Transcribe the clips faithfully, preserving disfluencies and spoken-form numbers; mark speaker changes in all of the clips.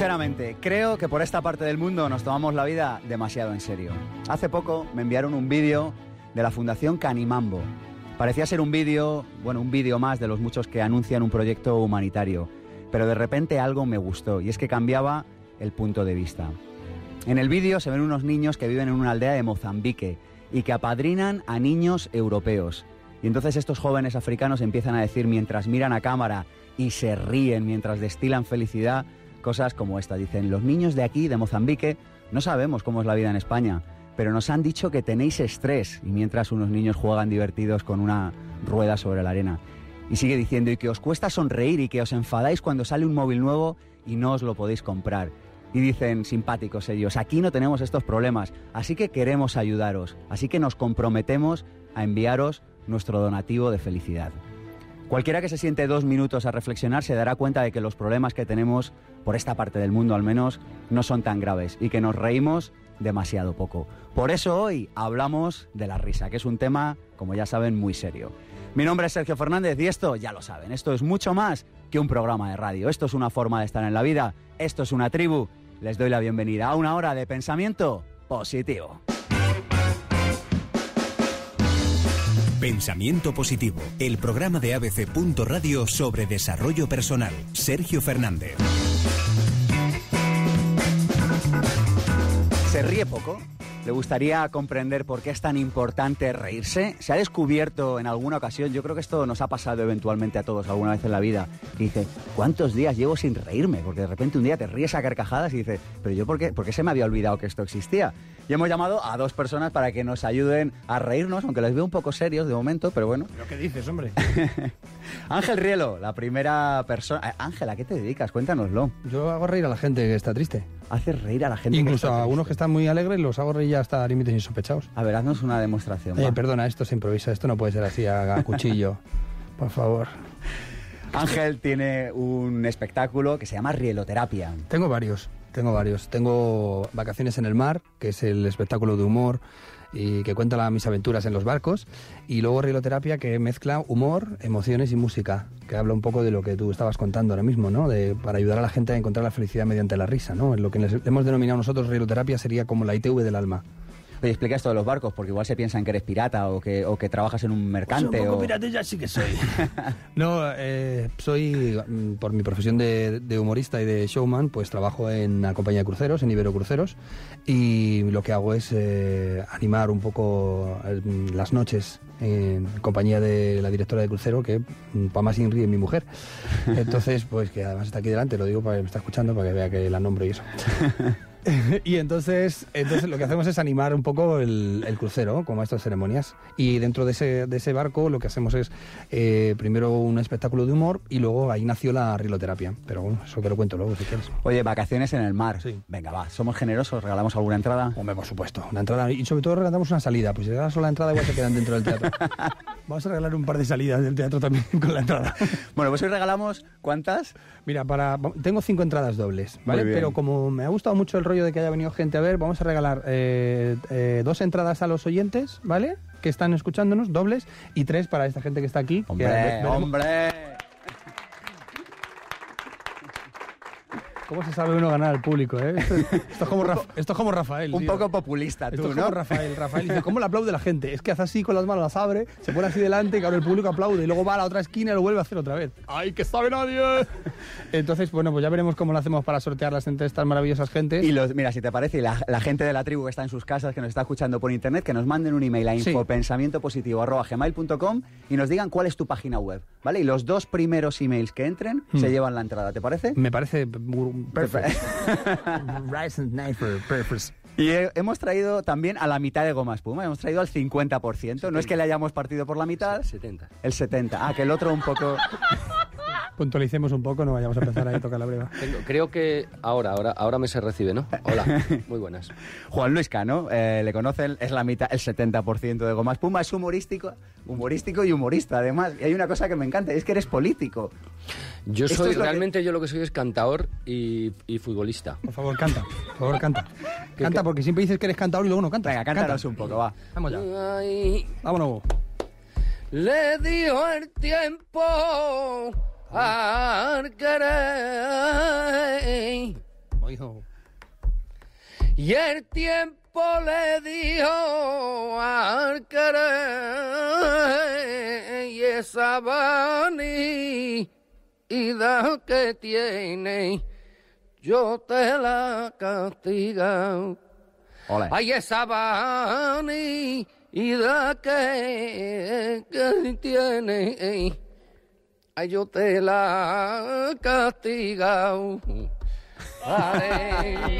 Speaker 1: Sinceramente, creo que por esta parte del mundo nos tomamos la vida demasiado en serio. Hace poco me enviaron un vídeo de la Fundación Canimambo. Parecía ser un vídeo, bueno, un vídeo más de los muchos que anuncian un proyecto humanitario, pero de repente algo me gustó y es que cambiaba el punto de vista. En el vídeo se ven unos niños que viven en una aldea de Mozambique y que apadrinan a niños europeos. Y entonces estos jóvenes africanos empiezan a decir, mientras miran a cámara y se ríen, mientras destilan felicidad, cosas como esta. Dicen, los niños de aquí, de Mozambique, no sabemos cómo es la vida en España, pero nos han dicho que tenéis estrés, y mientras unos niños juegan divertidos con una rueda sobre la arena. Y sigue diciendo, y que os cuesta sonreír y que os enfadáis cuando sale un móvil nuevo y no os lo podéis comprar. Y dicen, simpáticos ellos, aquí no tenemos estos problemas, así que queremos ayudaros, así que nos comprometemos a enviaros nuestro donativo de felicidad. Cualquiera que se siente dos minutos a reflexionar se dará cuenta de que los problemas que tenemos, por esta parte del mundo al menos, no son tan graves y que nos reímos demasiado poco. Por eso hoy hablamos de la risa, que es un tema, como ya saben, muy serio. Mi nombre es Sergio Fernández y esto, ya lo saben, esto es mucho más que un programa de radio. Esto es una forma de estar en la vida, esto es una tribu. Les doy la bienvenida a una hora de pensamiento positivo.
Speaker 2: Pensamiento Positivo, el programa de A B C punto Radio sobre desarrollo personal. Sergio Fernández.
Speaker 1: ¿Se ríe poco? ¿Le gustaría comprender por qué es tan importante reírse? ¿Se ha descubierto en alguna ocasión? Yo creo que esto nos ha pasado eventualmente a todos alguna vez en la vida. Y dice, ¿cuántos días llevo sin reírme? Porque de repente un día te ríes a carcajadas y dices, ¿pero yo por qué, por qué se me había olvidado que esto existía? Y hemos llamado a dos personas para que nos ayuden a reírnos, aunque les veo un poco serios de momento, pero bueno.
Speaker 3: ¿Pero qué dices, hombre?
Speaker 1: Ángel Rielo, la primera persona... Ángel, ¿a qué te dedicas? Cuéntanoslo.
Speaker 3: Yo hago reír a la gente que está triste.
Speaker 1: Haces reír a la gente.
Speaker 3: Incluso
Speaker 1: que está
Speaker 3: a unos que están muy alegres los hago reír hasta límites insospechados.
Speaker 1: A ver, haznos una demostración.
Speaker 3: Eh, perdona, esto se improvisa, esto no puede ser así a cuchillo. Por favor.
Speaker 1: Ángel tiene un espectáculo que se llama Rieloterapia.
Speaker 3: Tengo varios, tengo varios. Tengo Vacaciones en el Mar, que es el espectáculo de humor y que cuenta la, mis aventuras en los barcos. Y luego Rieloterapia, que mezcla humor, emociones y música, que habla un poco de lo que tú estabas contando ahora mismo, ¿no? De, para ayudar a la gente a encontrar la felicidad mediante la risa, ¿no? Lo que les, hemos denominado nosotros Rieloterapia sería como la I T V del alma.
Speaker 1: Oye, explica esto de los barcos, porque igual se piensan que eres pirata o que, o que trabajas en un mercante.
Speaker 3: Pues un poco
Speaker 1: o...
Speaker 3: pirata ya sí que soy. No, eh, soy, por mi profesión de, de humorista y de showman, pues trabajo en una compañía de cruceros, en Ibero Cruceros, y lo que hago es eh, animar un poco eh, las noches en compañía de la directora de crucero, que para más Inri es mi mujer. Entonces, pues que además está aquí delante, lo digo para que me está escuchando, para que vea que la nombro y eso. Y entonces, entonces lo que hacemos es animar un poco el, el crucero con estas ceremonias. Y dentro de ese, de ese barco lo que hacemos es eh, primero un espectáculo de humor y luego ahí nació la Rieloterapia. Pero bueno, eso te lo cuento luego si quieres.
Speaker 1: Oye, Vacaciones en el Mar.
Speaker 3: Sí.
Speaker 1: Venga, va, somos generosos, regalamos alguna entrada.
Speaker 3: Hombre, por supuesto, una entrada y sobre todo regalamos una salida. Pues si regalas solo la entrada igual se quedan dentro del teatro. Vamos a regalar un par de salidas del teatro también con la entrada.
Speaker 1: Bueno, pues hoy regalamos ¿cuántas?
Speaker 3: Mira, para tengo cinco entradas dobles, ¿vale? Pero como me ha gustado mucho el rollo de que haya venido gente a ver, vamos a regalar eh, eh, dos entradas a los oyentes, ¿vale? Que están escuchándonos, dobles, y tres para esta gente que está aquí.
Speaker 1: ¡Hombre,
Speaker 3: que, veremos...
Speaker 1: hombre!
Speaker 3: ¿Cómo se sabe uno ganar al público, eh? Esto, esto, es, como Raf, esto es como Rafael,
Speaker 1: Un
Speaker 3: tío.
Speaker 1: poco populista tú,
Speaker 3: esto es
Speaker 1: ¿no?
Speaker 3: como Rafael, Rafael dice, ¿cómo le aplaude la gente? Es que hace así con las manos, las abre, se pone así delante, que ahora el público aplaude y luego va a la otra esquina y lo vuelve a hacer otra vez. ¡Ay, que sabe nadie! Entonces, bueno, pues ya veremos cómo lo hacemos para sortearlas entre estas maravillosas gentes.
Speaker 1: Y los, mira, si te parece, la, la gente de la tribu que está en sus casas, que nos está escuchando por internet, que nos manden un email a
Speaker 3: Sí.
Speaker 1: infopensamientopositivo arroba gmail punto com y nos digan cuál es tu página web, ¿vale? Y los dos primeros emails que entren
Speaker 3: Hmm.
Speaker 1: se llevan la entrada, ¿te parece?
Speaker 3: Me parece perfecto.
Speaker 1: Y he- hemos traído también a la mitad de Goma Espuma, hemos traído al cincuenta por ciento. No es que le hayamos partido por la mitad.
Speaker 4: setenta.
Speaker 1: El setenta. Ah, que el otro un poco...
Speaker 3: Puntualicemos un poco, no vayamos a empezar ahí a tocar la breva.
Speaker 4: Tengo- creo que ahora, ahora, ahora me se recibe, ¿no? Hola, muy buenas.
Speaker 1: Juan Luis Cano, eh, le conocen, es la mitad, el setenta por ciento de Goma Espuma, es humorístico, humorístico y humorista además. Y hay una cosa que me encanta, es que eres político.
Speaker 4: Yo
Speaker 1: Esto
Speaker 4: soy,
Speaker 1: es lo que-
Speaker 4: realmente yo lo que soy es cantaor y, y futbolista.
Speaker 3: Por favor, canta. Por favor, canta.
Speaker 4: ¿Qué-
Speaker 3: Canta
Speaker 4: qué?
Speaker 3: porque siempre dices que eres cantador y luego no cantas.
Speaker 1: Venga, cántanos un poco, va.
Speaker 3: Vamos ya.
Speaker 4: Ay,
Speaker 3: Vámonos.
Speaker 4: le dio el tiempo al querer
Speaker 3: Hijo.
Speaker 4: Y el tiempo le dijo al querer y esa vanidad que tiene, yo te la castigo.
Speaker 1: Ole.
Speaker 4: Ay, esa vanidad que, que tiene, ay, yo te la castigo. Ay.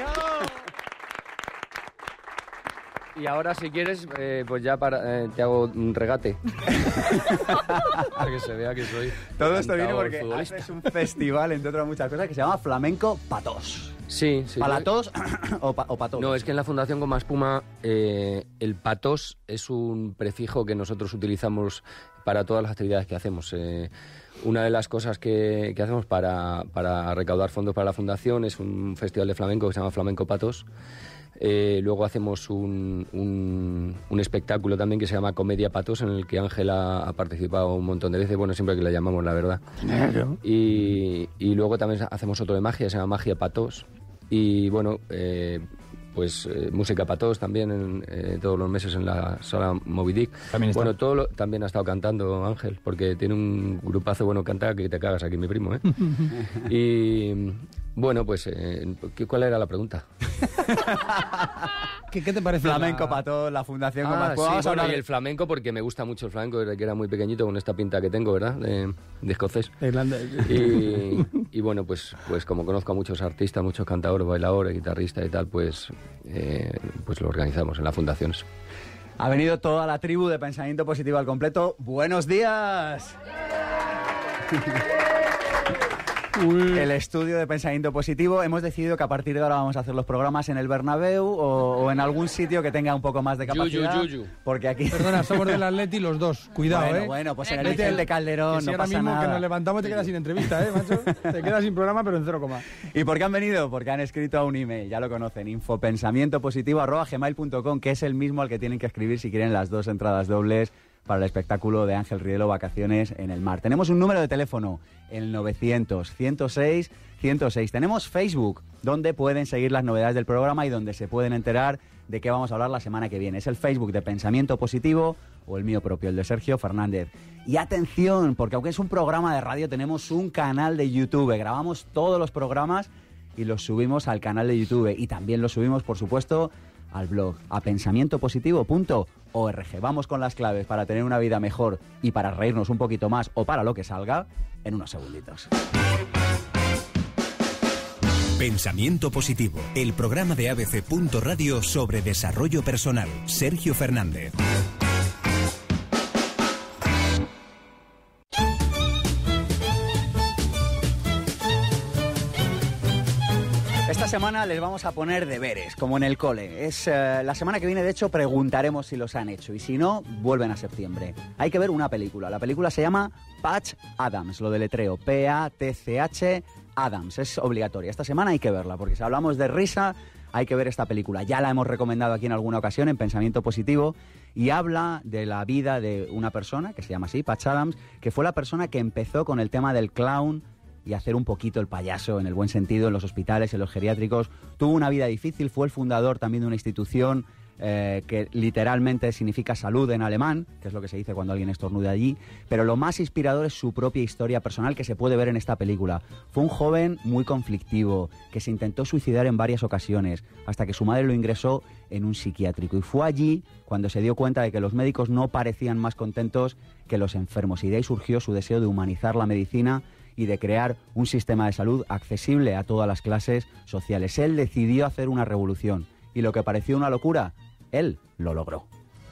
Speaker 4: Y ahora, si quieres, eh, pues ya para, eh, te hago un regate. Para que se vea que soy...
Speaker 1: Todo esto viene
Speaker 4: cantador,
Speaker 1: porque
Speaker 4: futbolista.
Speaker 1: haces un festival, entre otras muchas cosas, que se llama Flamenco Patós.
Speaker 4: Sí, sí.
Speaker 1: ¿Palatós o, pa, o patós?
Speaker 4: No, es que en la Fundación Goma Espuma eh, el patós es un prefijo que nosotros utilizamos para todas las actividades que hacemos. Eh, una de las cosas que, que hacemos para, para recaudar fondos para la Fundación es un festival de flamenco que se llama Flamenco Patós. Eh, luego hacemos un, un, un espectáculo también que se llama Comedia Patós, en el que Ángela ha participado un montón de veces, bueno, siempre que la llamamos, la verdad.
Speaker 3: Claro.
Speaker 4: Y, y luego también hacemos otro de magia, se llama Magia Patós. Y bueno, eh, pues eh, música Patós también en, eh, todos los meses en la sala Moby Dick.
Speaker 3: También está.
Speaker 4: Bueno, todo lo, también ha estado cantando Ángel, porque tiene un grupazo bueno, canta que te cagas aquí, mi primo, ¿eh? Y bueno, pues, eh, ¿cuál era la pregunta?
Speaker 3: ¿Qué, ¿Qué te parece?
Speaker 1: Flamenco
Speaker 3: la...
Speaker 1: Patós, la Fundación Goma
Speaker 4: Ah,
Speaker 1: Espuma.
Speaker 4: sí,
Speaker 1: Vamos a
Speaker 4: bueno,
Speaker 1: hablar
Speaker 4: y
Speaker 1: de-
Speaker 4: el flamenco, porque me gusta mucho el flamenco desde que era muy pequeñito, con esta pinta que tengo, ¿verdad? De, de escocés.
Speaker 3: Irlandés.
Speaker 4: Y, y bueno, pues, pues como conozco a muchos artistas, muchos cantadores, bailadores, guitarristas y tal, pues, eh, pues lo organizamos en las fundaciones.
Speaker 1: Ha venido toda la tribu de Pensamiento Positivo al completo. ¡Buenos días! El estudio de Pensamiento Positivo. Hemos decidido que a partir de ahora vamos a hacer los programas en el Bernabéu o, o en algún sitio que tenga un poco más de capacidad.
Speaker 4: Yuyu, yuyu.
Speaker 1: Porque aquí...
Speaker 3: Perdona, somos del Atleti los dos. Cuidado,
Speaker 1: bueno,
Speaker 3: ¿eh?
Speaker 1: bueno, pues en el
Speaker 3: Vete
Speaker 1: Vicente
Speaker 3: al-
Speaker 1: Calderón
Speaker 3: que si
Speaker 1: no
Speaker 3: ahora
Speaker 1: pasa
Speaker 3: mismo
Speaker 1: nada.
Speaker 3: que nos levantamos te quedas sin entrevista, ¿eh, macho? Te quedas sin programa, pero en cero coma.
Speaker 1: ¿Y por qué han venido? Porque han escrito a un email, ya lo conocen, infopensamientopositivo arroba gmail punto com, que es el mismo al que tienen que escribir si quieren las dos entradas dobles para el espectáculo de Ángel Rielo, Vacaciones en el Mar. Tenemos un número de teléfono, el novecientos, ciento seis, ciento seis. Tenemos Facebook, donde pueden seguir las novedades del programa y donde se pueden enterar de qué vamos a hablar la semana que viene. Es el Facebook de Pensamiento Positivo o el mío propio, el de Sergio Fernández. Y atención, porque aunque es un programa de radio, tenemos un canal de YouTube. Grabamos todos los programas y los subimos al canal de YouTube. Y también los subimos, por supuesto, al blog, a pensamiento positivo punto org. Vamos con las claves para tener una vida mejor y para reírnos un poquito más o para lo que salga en unos segunditos.
Speaker 2: Pensamiento Positivo, el programa de A B C punto Radio sobre desarrollo personal. Sergio Fernández.
Speaker 1: Esta semana les vamos a poner deberes, como en el cole. Es eh, la semana que viene, de hecho, preguntaremos si los han hecho. Y si no, vuelven a septiembre. Hay que ver una película. La película se llama Patch Adams, lo deletreo, P A T C H Adams. Es obligatoria. Esta semana hay que verla, porque si hablamos de risa, hay que ver esta película. Ya la hemos recomendado aquí en alguna ocasión, en Pensamiento Positivo, y habla de la vida de una persona, que se llama así, Patch Adams, que fue la persona que empezó con el tema del clown y hacer un poquito el payaso, en el buen sentido, en los hospitales, en los geriátricos. Tuvo una vida difícil, fue el fundador también de una institución eh, que literalmente significa salud en alemán, que es lo que se dice cuando alguien estornuda allí, pero lo más inspirador es su propia historia personal, que se puede ver en esta película. Fue un joven muy conflictivo, que se intentó suicidar en varias ocasiones, hasta que su madre lo ingresó en un psiquiátrico, y fue allí cuando se dio cuenta de que los médicos no parecían más contentos que los enfermos, y de ahí surgió su deseo de humanizar la medicina y de crear un sistema de salud accesible a todas las clases sociales. Él decidió hacer una revolución, y lo que pareció una locura, él lo logró.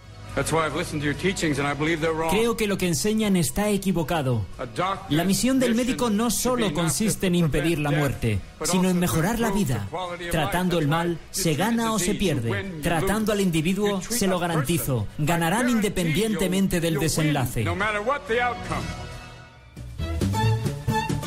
Speaker 5: Creo que lo que enseñan está equivocado. La misión del médico no solo consiste en impedir la muerte, sino en mejorar la vida. Tratando el mal, se gana o se pierde. Tratando al individuo, se lo garantizo. Ganarán independientemente del desenlace.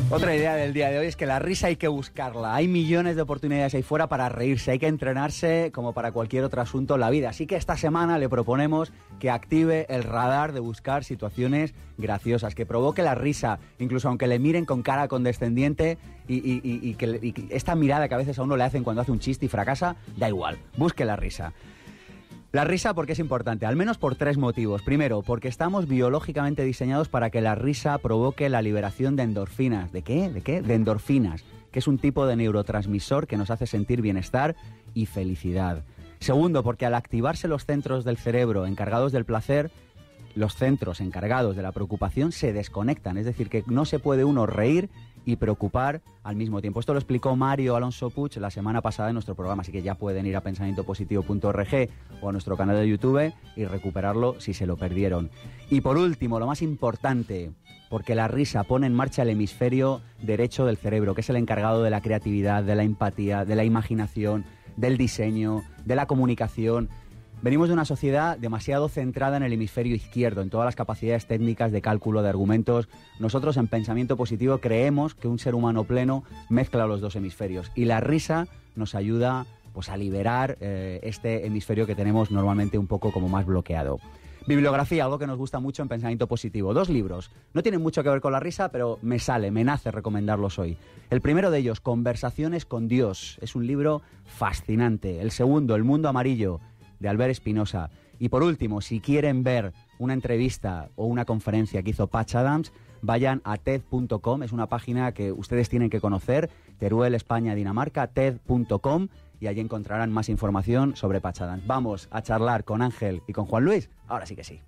Speaker 1: Otra idea del día de hoy es que la risa hay que buscarla. Hay millones de oportunidades ahí fuera para reírse. Hay que entrenarse como para cualquier otro asunto en la vida. Así que esta semana le proponemos que active el radar de buscar situaciones graciosas, que provoque la risa, incluso aunque le miren con cara condescendiente y, y, y, y, que, y que esta mirada que a veces a uno le hacen cuando hace un chiste y fracasa, da igual. Busque la risa. La risa porque es importante, al menos por tres motivos. Primero, porque estamos biológicamente diseñados para que la risa provoque la liberación de endorfinas. ¿De qué? ¿De qué? De endorfinas, que es un tipo de neurotransmisor que nos hace sentir bienestar y felicidad. Segundo, porque al activarse los centros del cerebro encargados del placer, los centros encargados de la preocupación se desconectan. Es decir, que no se puede uno reír y preocupar al mismo tiempo. Esto lo explicó Mario Alonso Puig la semana pasada en nuestro programa, así que ya pueden ir a pensamiento positivo punto org o a nuestro canal de YouTube y recuperarlo si se lo perdieron. Y por último, lo más importante, porque la risa pone en marcha el hemisferio derecho del cerebro, que es el encargado de la creatividad, de la empatía, de la imaginación, del diseño, de la comunicación. Venimos de una sociedad demasiado centrada en el hemisferio izquierdo, en todas las capacidades técnicas de cálculo de argumentos. Nosotros en Pensamiento Positivo creemos que un ser humano pleno mezcla los dos hemisferios y la risa nos ayuda pues, a liberar eh, este hemisferio que tenemos normalmente un poco como más bloqueado. Bibliografía, algo que nos gusta mucho en Pensamiento Positivo. Dos libros. No tienen mucho que ver con la risa, pero me sale, me nace recomendarlos hoy. El primero de ellos, Conversaciones con Dios. Es un libro fascinante. El segundo, El Mundo Amarillo, de Albert Espinosa. Y por último, si quieren ver una entrevista o una conferencia que hizo Patch Adams, vayan a ted punto com, es una página que ustedes tienen que conocer, Teruel, España, Dinamarca, ted punto com, y allí encontrarán más información sobre Patch Adams. Vamos a charlar con Ángel y con Juan Luis, ahora sí que sí.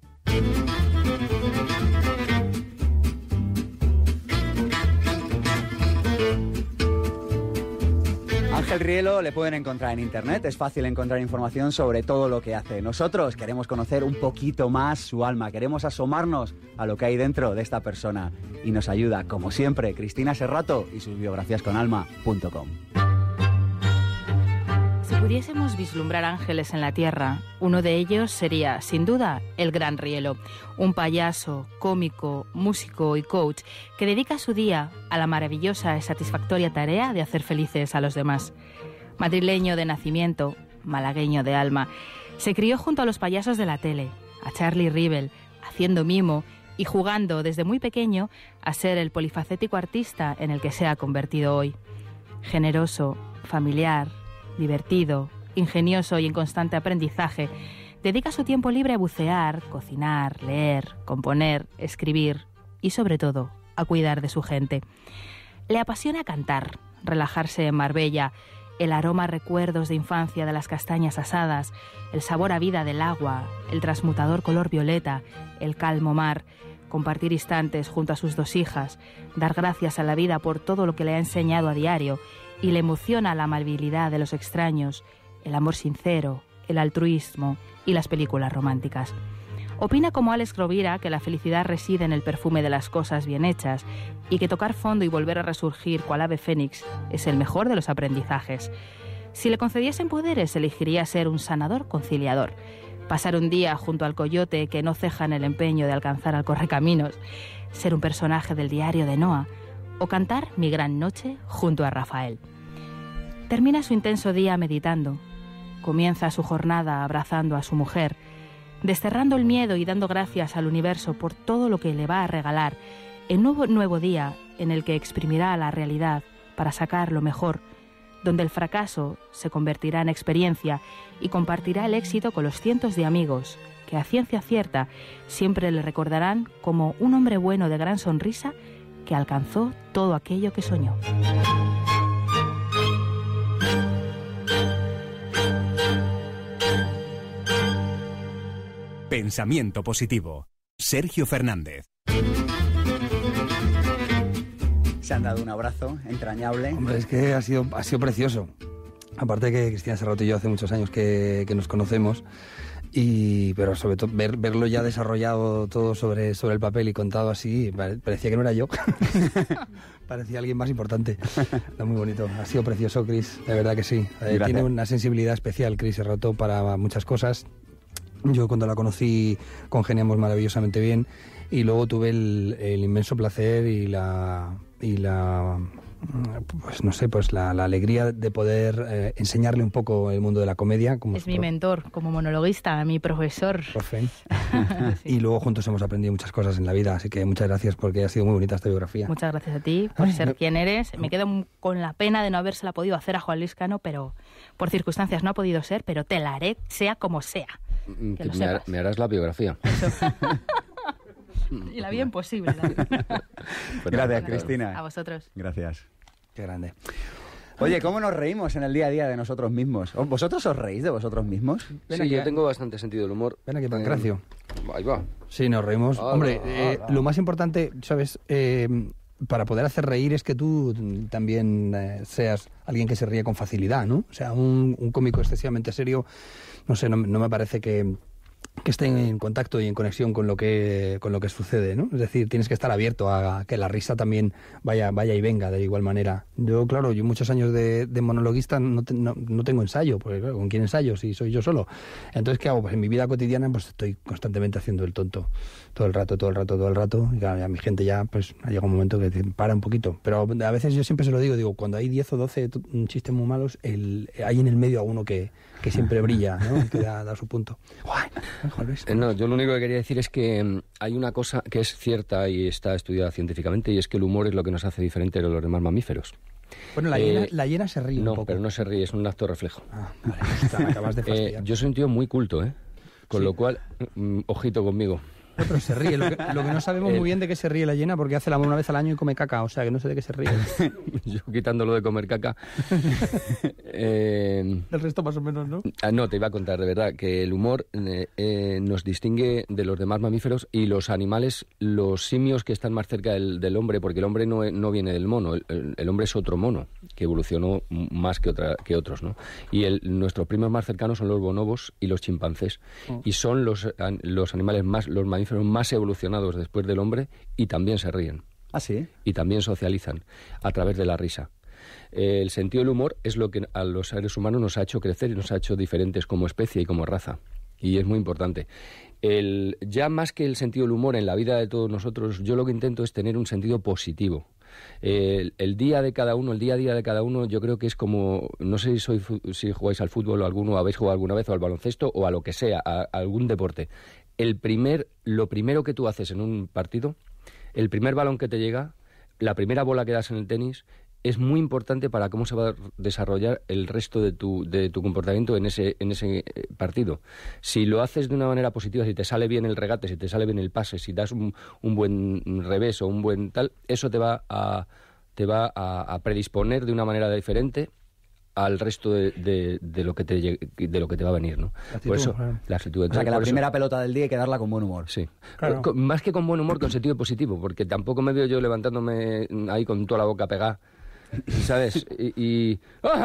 Speaker 1: Ángel Rielo le pueden encontrar en internet, es fácil encontrar información sobre todo lo que hace. Nosotros queremos conocer un poquito más su alma, queremos asomarnos a lo que hay dentro de esta persona y nos ayuda, como siempre, Cristina Serrato y sus biografías con alma punto com.
Speaker 6: Si pudiésemos vislumbrar ángeles en la tierra, uno de ellos sería, sin duda, el Gran Rielo, un payaso, cómico, músico y coach que dedica su día a la maravillosa y satisfactoria tarea de hacer felices a los demás. Madrileño de nacimiento, malagueño de alma, se crió junto a los payasos de la tele, a Charlie Rivel, haciendo mimo y jugando desde muy pequeño a ser el polifacético artista en el que se ha convertido hoy. Generoso, familiar, divertido, ingenioso y en constante aprendizaje, dedica su tiempo libre a bucear, cocinar, leer, componer, escribir y, sobre todo, a cuidar de su gente. Le apasiona cantar, relajarse en Marbella, el aroma a recuerdos de infancia de las castañas asadas, el sabor a vida del agua, el transmutador color violeta, el calmo mar, compartir instantes junto a sus dos hijas, dar gracias a la vida por todo lo que le ha enseñado a diario, y le emociona la amabilidad de los extraños, el amor sincero, el altruismo y las películas románticas. Opina como Alex Rovira que la felicidad reside en el perfume de las cosas bien hechas y que tocar fondo y volver a resurgir cual ave fénix es el mejor de los aprendizajes. Si le concediesen poderes, elegiría ser un sanador conciliador, pasar un día junto al coyote que no ceja en el empeño de alcanzar al correcaminos, ser un personaje del diario de Noah o cantar Mi gran noche junto a Rafael. Termina su intenso día meditando. Comienza su jornada abrazando a su mujer, desterrando el miedo y dando gracias al universo por todo lo que le va a regalar en un nuevo, nuevo día en el que exprimirá la realidad para sacar lo mejor, donde el fracaso se convertirá en experiencia y compartirá el éxito con los cientos de amigos que a ciencia cierta siempre le recordarán como un hombre bueno de gran sonrisa que alcanzó todo aquello que soñó.
Speaker 2: Pensamiento positivo. Sergio Fernández.
Speaker 1: Se han dado un abrazo entrañable.
Speaker 3: Hombre, es que ha sido, ha sido precioso. Aparte que Cristina Serrato y yo hace muchos años que, que nos conocemos, y pero sobre todo ver, verlo ya desarrollado todo sobre, sobre el papel y contado así, parecía que no era yo. Parecía alguien más importante. Está muy bonito. Ha sido precioso, Cris, de verdad que sí. Eh, tiene una sensibilidad especial, Cris Serrato, para muchas cosas. Yo cuando la conocí congeniamos maravillosamente bien y luego tuve el, el inmenso placer y la... Y la pues no sé, pues la, la alegría de poder eh, enseñarle un poco el mundo de la comedia. Como
Speaker 6: es mi pro... mentor, como monologuista, mi profesor.
Speaker 3: Profe. Sí. Y luego juntos hemos aprendido muchas cosas en la vida, así que muchas gracias porque ha sido muy bonita esta biografía.
Speaker 6: Muchas gracias a ti por Ay, ser me... quien eres. Me quedo con la pena de no habérsela podido hacer a Juan Luis Cano, pero por circunstancias no ha podido ser, pero te la haré sea como sea.
Speaker 4: Que me, har, me harás la biografía.
Speaker 6: Eso. Y la vida imposible.
Speaker 1: Pues gracias, Cristina.
Speaker 6: A vosotros.
Speaker 1: Gracias.
Speaker 3: Qué grande.
Speaker 1: Oye, ¿cómo nos reímos en el día a día de nosotros mismos? ¿Vosotros os reís de vosotros mismos?
Speaker 4: Ven sí, aquí, yo tengo bastante sentido del humor.
Speaker 3: Ven aquí, Pancracio.
Speaker 4: Ahí va.
Speaker 3: Sí, nos reímos. Ah, Hombre, ah, eh, ah, lo más importante, ¿sabes? Eh, para poder hacer reír es que tú también eh, seas alguien que se ríe con facilidad, ¿no? O sea, un, un cómico excesivamente serio, no sé, no, no me parece que... que estén en contacto y en conexión con lo que con lo que sucede, ¿no? Es decir, tienes que estar abierto a que la risa también vaya vaya y venga de igual manera. Yo, claro, yo muchos años de, de monologuista no, te, no, no tengo ensayo, porque claro, ¿con quién ensayo si soy yo solo? Entonces, ¿qué hago? Pues en mi vida cotidiana pues estoy constantemente haciendo el tonto, todo el rato, todo el rato, todo el rato, y claro, a mi gente ya pues ha llegado un momento que te para un poquito. Pero a veces yo siempre se lo digo, digo, cuando hay diez o doce chistes muy malos, el, hay en el medio a uno que, que siempre brilla, ¿no? Que da, da su punto. ¡Guay!
Speaker 4: No, yo lo único que quería decir es que um, hay una cosa que es cierta y está estudiada científicamente, y es que el humor es lo que nos hace diferente de los demás mamíferos.
Speaker 3: Bueno, la, eh, hiena, la hiena se ríe
Speaker 4: no,
Speaker 3: un poco.
Speaker 4: No, pero no se ríe, es un acto reflejo.
Speaker 3: Ah, vale, está, me acabas de fastidiar.
Speaker 4: eh, yo soy un tío muy culto, ¿eh? Con sí. lo cual, um, ojito conmigo.
Speaker 3: No, pero se ríe. Lo que, lo que no sabemos el... muy bien de qué se ríe la hiena, porque hace el amor una vez al año y come caca. O sea, que no sé de qué se ríe.
Speaker 4: Yo quitándolo de comer caca.
Speaker 3: eh... El resto más o menos, ¿no?
Speaker 4: Ah, no, te iba a contar, de verdad, que el humor eh, eh, nos distingue de los demás mamíferos y los animales, los simios que están más cerca del, del hombre, porque el hombre no, no viene del mono. El, el, el hombre es otro mono, que evolucionó más que, otra, que otros, ¿no? Y el, nuestros primos más cercanos son los bonobos y los chimpancés. Oh. Y son los, los animales más, los mamíferos más evolucionados después del hombre, y también se ríen.
Speaker 1: ¿Ah, sí?
Speaker 4: Y también socializan a través de la risa. Eh, el sentido del humor es lo que a los seres humanos nos ha hecho crecer y nos ha hecho diferentes como especie y como raza. Y es muy importante. El, ya más que el sentido del humor en la vida de todos nosotros, yo lo que intento es tener un sentido positivo. El, el día de cada uno, el día a día de cada uno, yo creo que es como, no sé si, soy, si jugáis al fútbol o alguno, habéis jugado alguna vez, o al baloncesto, o a lo que sea, a, a algún deporte. El primer, lo primero que tú haces en un partido, el primer balón que te llega, la primera bola que das en el tenis, es muy importante para cómo se va a desarrollar el resto de tu, de tu comportamiento en ese, en ese partido. Si lo haces de una manera positiva, si te sale bien el regate, si te sale bien el pase, si das un, un buen revés o un buen tal, eso te va a, te va a, a predisponer de una manera diferente al resto de, de, de lo que te de lo que te va a venir, ¿no?
Speaker 3: La actitud,
Speaker 4: por eso,
Speaker 3: claro.
Speaker 4: la actitud.
Speaker 1: O sea, que la
Speaker 4: por
Speaker 1: primera
Speaker 4: eso,
Speaker 1: pelota del día hay que darla con buen humor.
Speaker 4: Sí.
Speaker 3: Claro.
Speaker 4: Con, más que con buen humor, con sentido positivo, porque tampoco me veo yo levantándome ahí con toda la boca pegada, ¿sabes? Y... y...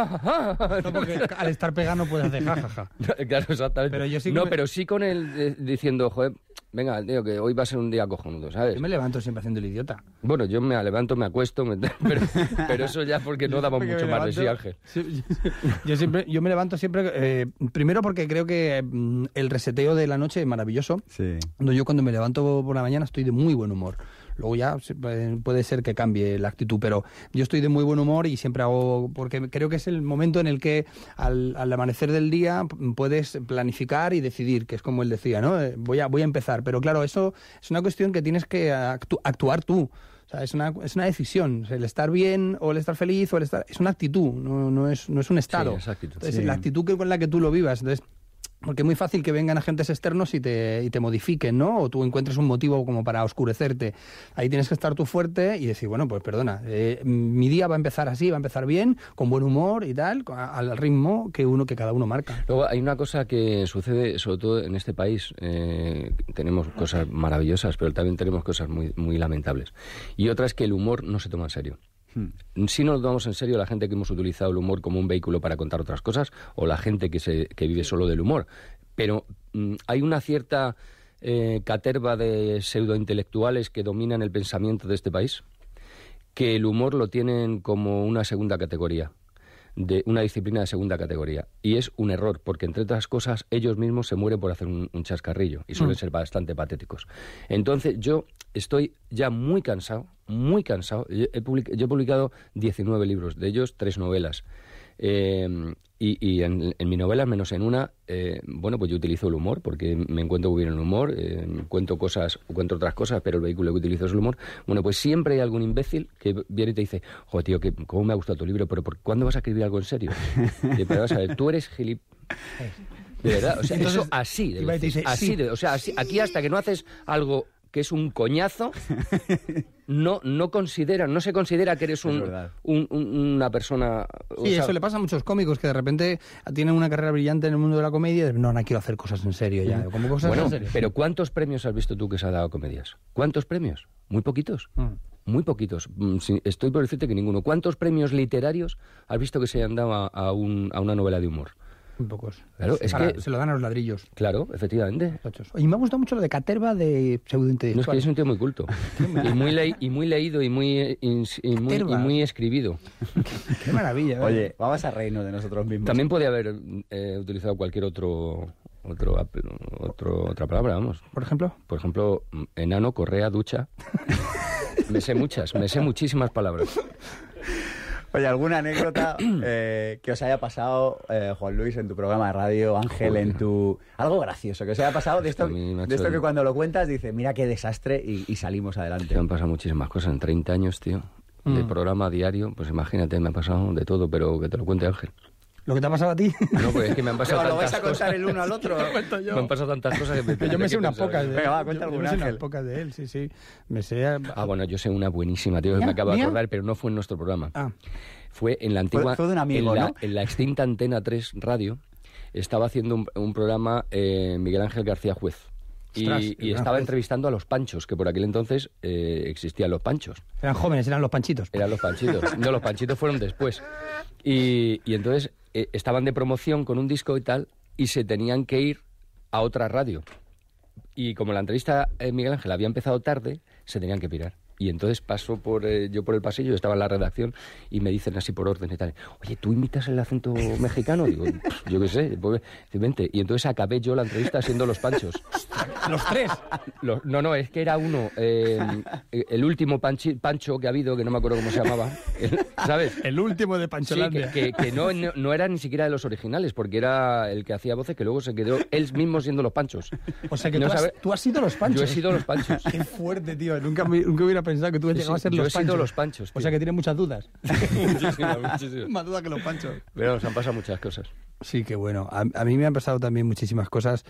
Speaker 3: No, porque al estar pegado no puedes hacer jajaja.
Speaker 4: Claro, exactamente.
Speaker 3: Pero yo sí
Speaker 4: no,
Speaker 3: me...
Speaker 4: pero sí con él eh, diciendo, joder, venga, tío, que hoy va a ser un día cojonudo, ¿sabes?
Speaker 3: Yo me levanto siempre haciendo el idiota.
Speaker 4: Bueno, yo me levanto, me acuesto, me... Pero, pero eso ya porque no damos mucho más de sí, Ángel.
Speaker 3: Sí, yo, siempre, yo me levanto siempre, eh, primero porque creo que mm, el reseteo de la noche es maravilloso.
Speaker 1: Sí.
Speaker 3: Yo cuando me levanto por la mañana estoy de muy buen humor. Luego ya puede ser que cambie la actitud, pero yo estoy de muy buen humor y siempre hago, porque creo que es el momento en el que al, al amanecer del día puedes planificar y decidir, que es como él decía, ¿no? Voy a, voy a empezar, pero claro, eso es una cuestión que tienes que actu- actuar tú. O sea, es una, es una decisión. O sea, el estar bien o el estar feliz o el estar... Es una actitud, no, no, es, no es un estado.
Speaker 4: Sí, es actitud.
Speaker 3: Entonces,
Speaker 1: Sí.
Speaker 3: la actitud que, con la que tú lo vivas. Entonces, porque es muy fácil que vengan agentes externos y te, y te modifiquen, ¿no? O tú encuentres un motivo como para oscurecerte. Ahí tienes que estar tú fuerte y decir, bueno, pues perdona, eh, mi día va a empezar así, va a empezar bien, con buen humor y tal, al ritmo que uno que cada uno marca.
Speaker 4: Luego hay una cosa que sucede, sobre todo en este país, eh, tenemos cosas maravillosas, pero también tenemos cosas muy, muy lamentables. Y otra es que el humor no se toma en serio. Si no lo tomamos en serio la gente que hemos utilizado el humor como un vehículo para contar otras cosas, o la gente que se que vive solo del humor. Pero mm, hay una cierta eh, caterva de pseudointelectuales que dominan el pensamiento de este país, que el humor lo tienen como una segunda categoría. de una disciplina de segunda categoría. Y es un error, porque entre otras cosas ellos mismos se mueren por hacer un, un chascarrillo y suelen mm. ser bastante patéticos. Entonces yo estoy ya muy cansado, muy cansado. Yo he, public- yo he publicado diecinueve libros, de ellos tres novelas. Eh, y y en, en mi novela, menos en una, eh, bueno, pues yo utilizo el humor, porque me encuentro muy bien en el humor, eh, cuento cosas, cuento otras cosas, pero el vehículo que utilizo es el humor. Bueno, pues siempre hay algún imbécil que viene y te dice, joder, tío, que, ¿cómo me ha gustado tu libro? Pero ¿por ¿cuándo vas a escribir algo en serio? Y, pero vas a ver, tú eres gilip... De verdad, o sea,
Speaker 3: entonces,
Speaker 4: eso así, de veces,
Speaker 3: dice,
Speaker 4: así,
Speaker 3: sí.
Speaker 4: de, o sea, así, aquí hasta que no haces algo que es un coñazo, no no considera, no se considera que eres un, un, un, una persona...
Speaker 3: Sí, sea, eso le pasa a muchos cómicos que de repente tienen una carrera brillante en el mundo de la comedia y dicen, no, no quiero hacer cosas en serio ya. Mm. Como cosas
Speaker 4: bueno,
Speaker 3: en serio.
Speaker 4: Pero ¿cuántos premios has visto tú que se ha dado a comedias? ¿Cuántos premios? Muy poquitos. Mm. Muy poquitos. Estoy por decirte que ninguno. ¿Cuántos premios literarios has visto que se han dado a, a, un, a una novela de humor?
Speaker 3: Muy pocos.
Speaker 4: Claro, es
Speaker 3: Para,
Speaker 4: que
Speaker 3: se lo dan a los ladrillos.
Speaker 4: Claro, efectivamente.
Speaker 3: Y me ha gustado mucho lo de Caterva de pseudointelectual.
Speaker 4: No, es que es un tío muy culto. y, muy le- y muy leído y muy, y, y muy, y muy escribido.
Speaker 3: Qué, qué maravilla. ¿verdad?
Speaker 1: Oye, vamos a reírnos de nosotros mismos.
Speaker 4: También podría haber eh, utilizado cualquier otro, otro, otro otra palabra, vamos.
Speaker 3: ¿Por ejemplo?
Speaker 4: Por ejemplo, enano, correa, ducha. Me sé muchas, me sé muchísimas palabras.
Speaker 1: Oye, ¿alguna anécdota eh, que os haya pasado, eh, Juan Luis, en tu programa de radio, Ángel, Joder. en tu... Algo gracioso, que os haya pasado de esto, mí, macho, de esto que cuando lo cuentas dices, mira qué desastre y, y salimos adelante.
Speaker 4: Me han pasado muchísimas cosas en treinta años, tío, mm. de programa diario, pues imagínate, me ha pasado de todo, pero que te lo cuente Ángel.
Speaker 3: ¿Lo que te ha pasado a ti?
Speaker 4: No, pues es que me han pasado
Speaker 1: pero
Speaker 4: tantas
Speaker 1: lo vais a contar
Speaker 4: cosas.
Speaker 1: el uno al otro.
Speaker 3: yo.
Speaker 4: Me han pasado tantas cosas que me
Speaker 3: Yo me sé unas pocas de él.
Speaker 1: Venga, va, cuenta
Speaker 3: yo, yo
Speaker 1: alguna,
Speaker 3: me sé
Speaker 1: Ángel.
Speaker 3: unas pocas de él, sí, sí. Me sé... A...
Speaker 4: Ah, bueno, yo sé una buenísima, tío, que me acabo de acordar, pero no fue en nuestro programa.
Speaker 3: Ah.
Speaker 4: Fue en la antigua...
Speaker 1: Fue, fue de un amigo,
Speaker 4: en la,
Speaker 1: ¿no?
Speaker 4: En la extinta Antena tres Radio, estaba haciendo un, un programa eh, Miguel Ángel García Juez. Y, Ostras, y estaba juez. entrevistando a los Panchos, que por aquel entonces eh, existían los Panchos.
Speaker 3: Eran jóvenes, eran los Panchitos.
Speaker 4: Eran los Panchitos. No, los Panchitos fueron después. Y, y entonces eh, estaban de promoción con un disco y tal, y se tenían que ir a otra radio. Y como la entrevista eh, Miguel Ángel había empezado tarde, se tenían que pirar. Y entonces paso por eh, yo por el pasillo, yo estaba en la redacción y me dicen así por orden y tal, oye, ¿tú imitas el acento mexicano? Digo, yo qué sé, pues, vente. Y entonces acabé yo la entrevista siendo los Panchos.
Speaker 3: ¿Los tres?
Speaker 4: Los, no, no, es que era uno, eh, el último panchi, Pancho que ha habido, que no me acuerdo cómo se llamaba, el, ¿sabes?
Speaker 3: El último de Pancholandia.
Speaker 4: Sí, que, que, que no, no, no era ni siquiera de los originales, porque era el que hacía voces, que luego se quedó él mismo siendo los Panchos.
Speaker 3: O sea que
Speaker 4: no
Speaker 3: tú,
Speaker 4: sabe...
Speaker 3: has, tú has sido los Panchos.
Speaker 4: Yo he sido los Panchos.
Speaker 3: Qué fuerte, tío. Nunca, nunca hubiera pensado que tú has llegado a ser
Speaker 4: yo
Speaker 3: los
Speaker 4: he sido
Speaker 3: Panchos.
Speaker 4: los Panchos, tío.
Speaker 3: O sea que tienes muchas dudas.
Speaker 4: muchísimas, muchísimas.
Speaker 3: Más dudas que los Panchos.
Speaker 4: Pero nos han pasado muchas cosas.
Speaker 3: Sí, qué bueno. A, a mí me han pasado también muchísimas cosas,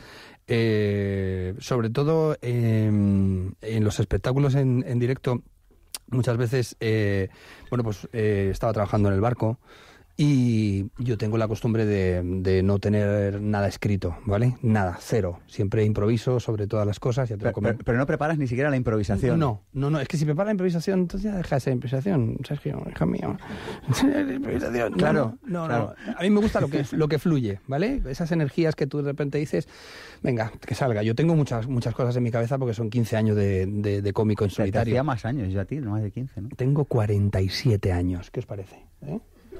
Speaker 3: eh, sobre todo en, en los espectáculos en, en directo. Muchas veces, eh, bueno, pues eh, estaba trabajando en el barco y yo tengo la costumbre de, de no tener nada escrito, ¿vale? Nada, cero. Siempre improviso sobre todas las cosas. Ya te
Speaker 1: pero,
Speaker 3: lo comento.
Speaker 1: pero, pero no preparas ni siquiera la improvisación.
Speaker 3: No, no, no. Es que si preparas la improvisación, entonces ya deja de ser improvisación, Sergio, hija mío. improvisación.
Speaker 1: Claro,
Speaker 3: no, no,
Speaker 1: claro.
Speaker 3: no. A mí me gusta lo que, lo que fluye, ¿vale? Esas energías que tú de repente dices, venga, que salga. Yo tengo muchas muchas cosas en mi cabeza porque son quince años de, de, de cómico en solitario.
Speaker 1: Te hacía más años yo a ti, no más de quince, ¿no?
Speaker 3: Tengo cuarenta y siete años. ¿Qué os parece? ¿Eh?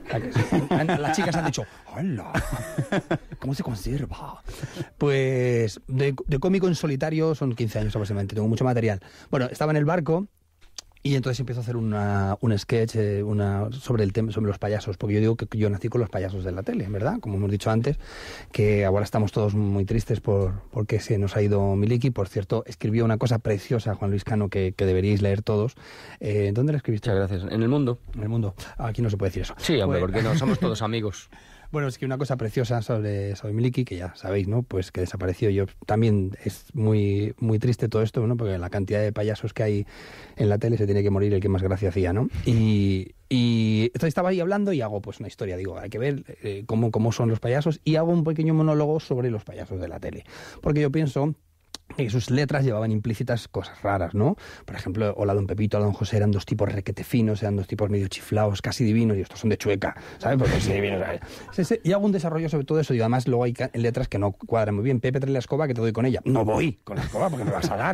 Speaker 3: Las chicas han dicho, ¡hola! ¿Cómo se conserva? Pues de, de cómico en solitario son quince años aproximadamente, tengo mucho material. Bueno, estaba en el barco y entonces empiezo a hacer una, un sketch eh, una, sobre el tema, sobre los payasos, porque yo digo que yo nací con los payasos de la tele, ¿verdad? Como hemos dicho antes, que ahora estamos todos muy tristes por porque se nos ha ido Miliki. Por cierto, escribió una cosa preciosa, Juan Luis Cano, que, que deberíais leer todos. Eh, ¿Dónde la escribiste?
Speaker 4: Muchas gracias. En El Mundo.
Speaker 3: En El Mundo. Aquí no se puede decir eso.
Speaker 4: Sí, hombre,
Speaker 3: Pues...
Speaker 4: porque no, somos todos amigos.
Speaker 3: Bueno, es que una cosa preciosa sobre, sobre Miliki, que ya sabéis, ¿no? Pues que desapareció. Yo también es muy muy triste todo esto, ¿no? Porque la cantidad de payasos que hay en la tele se tiene que morir el que más gracia hacía, ¿no? Y, y entonces estaba ahí hablando y hago pues una historia. Digo, hay que ver eh, cómo, cómo son los payasos y hago un pequeño monólogo sobre los payasos de la tele. Porque yo pienso que sus letras llevaban implícitas cosas raras, ¿no? Por ejemplo, hola don Pepito, hola don José, eran dos tipos requete finos, eran dos tipos medio chiflados, casi divinos, y estos son de Chueca, ¿sabes? Porque sí, divinos, ¿sabes? Y hago un desarrollo sobre todo eso, y además luego hay letras que no cuadran muy bien. Pepe, trae la escoba, que te doy con ella. No voy con la escoba porque me vas a dar.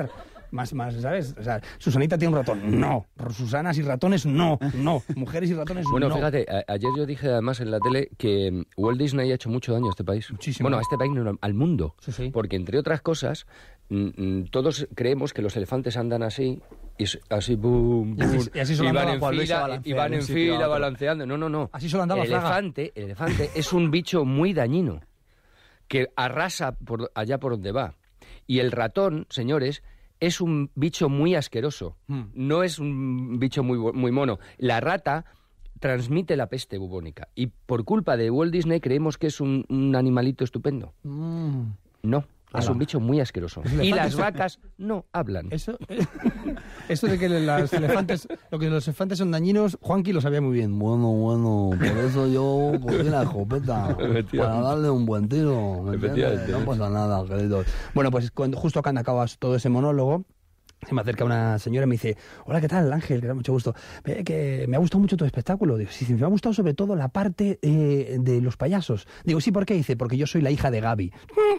Speaker 3: Más, más, ¿sabes? O sea, Susanita tiene un ratón. No. Susanas y ratones, no. No. Mujeres y ratones,
Speaker 4: bueno,
Speaker 3: no.
Speaker 4: Bueno, fíjate, a, ayer yo dije además en la tele que Walt Disney ha hecho mucho daño a este país.
Speaker 3: Muchísimo.
Speaker 4: Bueno, a este país, no, al mundo.
Speaker 3: Sí, sí.
Speaker 4: Porque, entre otras cosas, mm, todos creemos que los elefantes andan así, y así, boom, boom,
Speaker 3: y así, y así solo
Speaker 4: y van
Speaker 3: andaba
Speaker 4: en fila, y van en fila balanceando. No, no, no.
Speaker 3: Así solo andaba
Speaker 4: el
Speaker 3: Fraga.
Speaker 4: elefante, el elefante es un bicho muy dañino, que arrasa por allá por donde va. Y el ratón, señores, es un bicho muy asqueroso. Mm. No es un bicho muy, muy mono. La rata transmite la peste bubónica. Y por culpa de Walt Disney creemos que es un, un animalito estupendo. Mm. No. Es un bicho muy asqueroso. Y las vacas no hablan.
Speaker 3: Eso, eso de que los elefantes, lo que los elefantes son dañinos, Juanqui lo sabía muy bien. Bueno, bueno, por eso yo cogí la escopeta para darle un buen tiro. No pasa nada, querido. Bueno, pues cuando, justo cuando acabas todo ese monólogo, se me acerca una señora y me dice: hola, ¿qué tal, Ángel? Que da mucho gusto. Eh, que me ha gustado mucho tu espectáculo. Digo, sí, sí, me ha gustado sobre todo la parte eh, de los payasos. Digo, sí, ¿por qué? Dice, porque yo soy la hija de Gaby.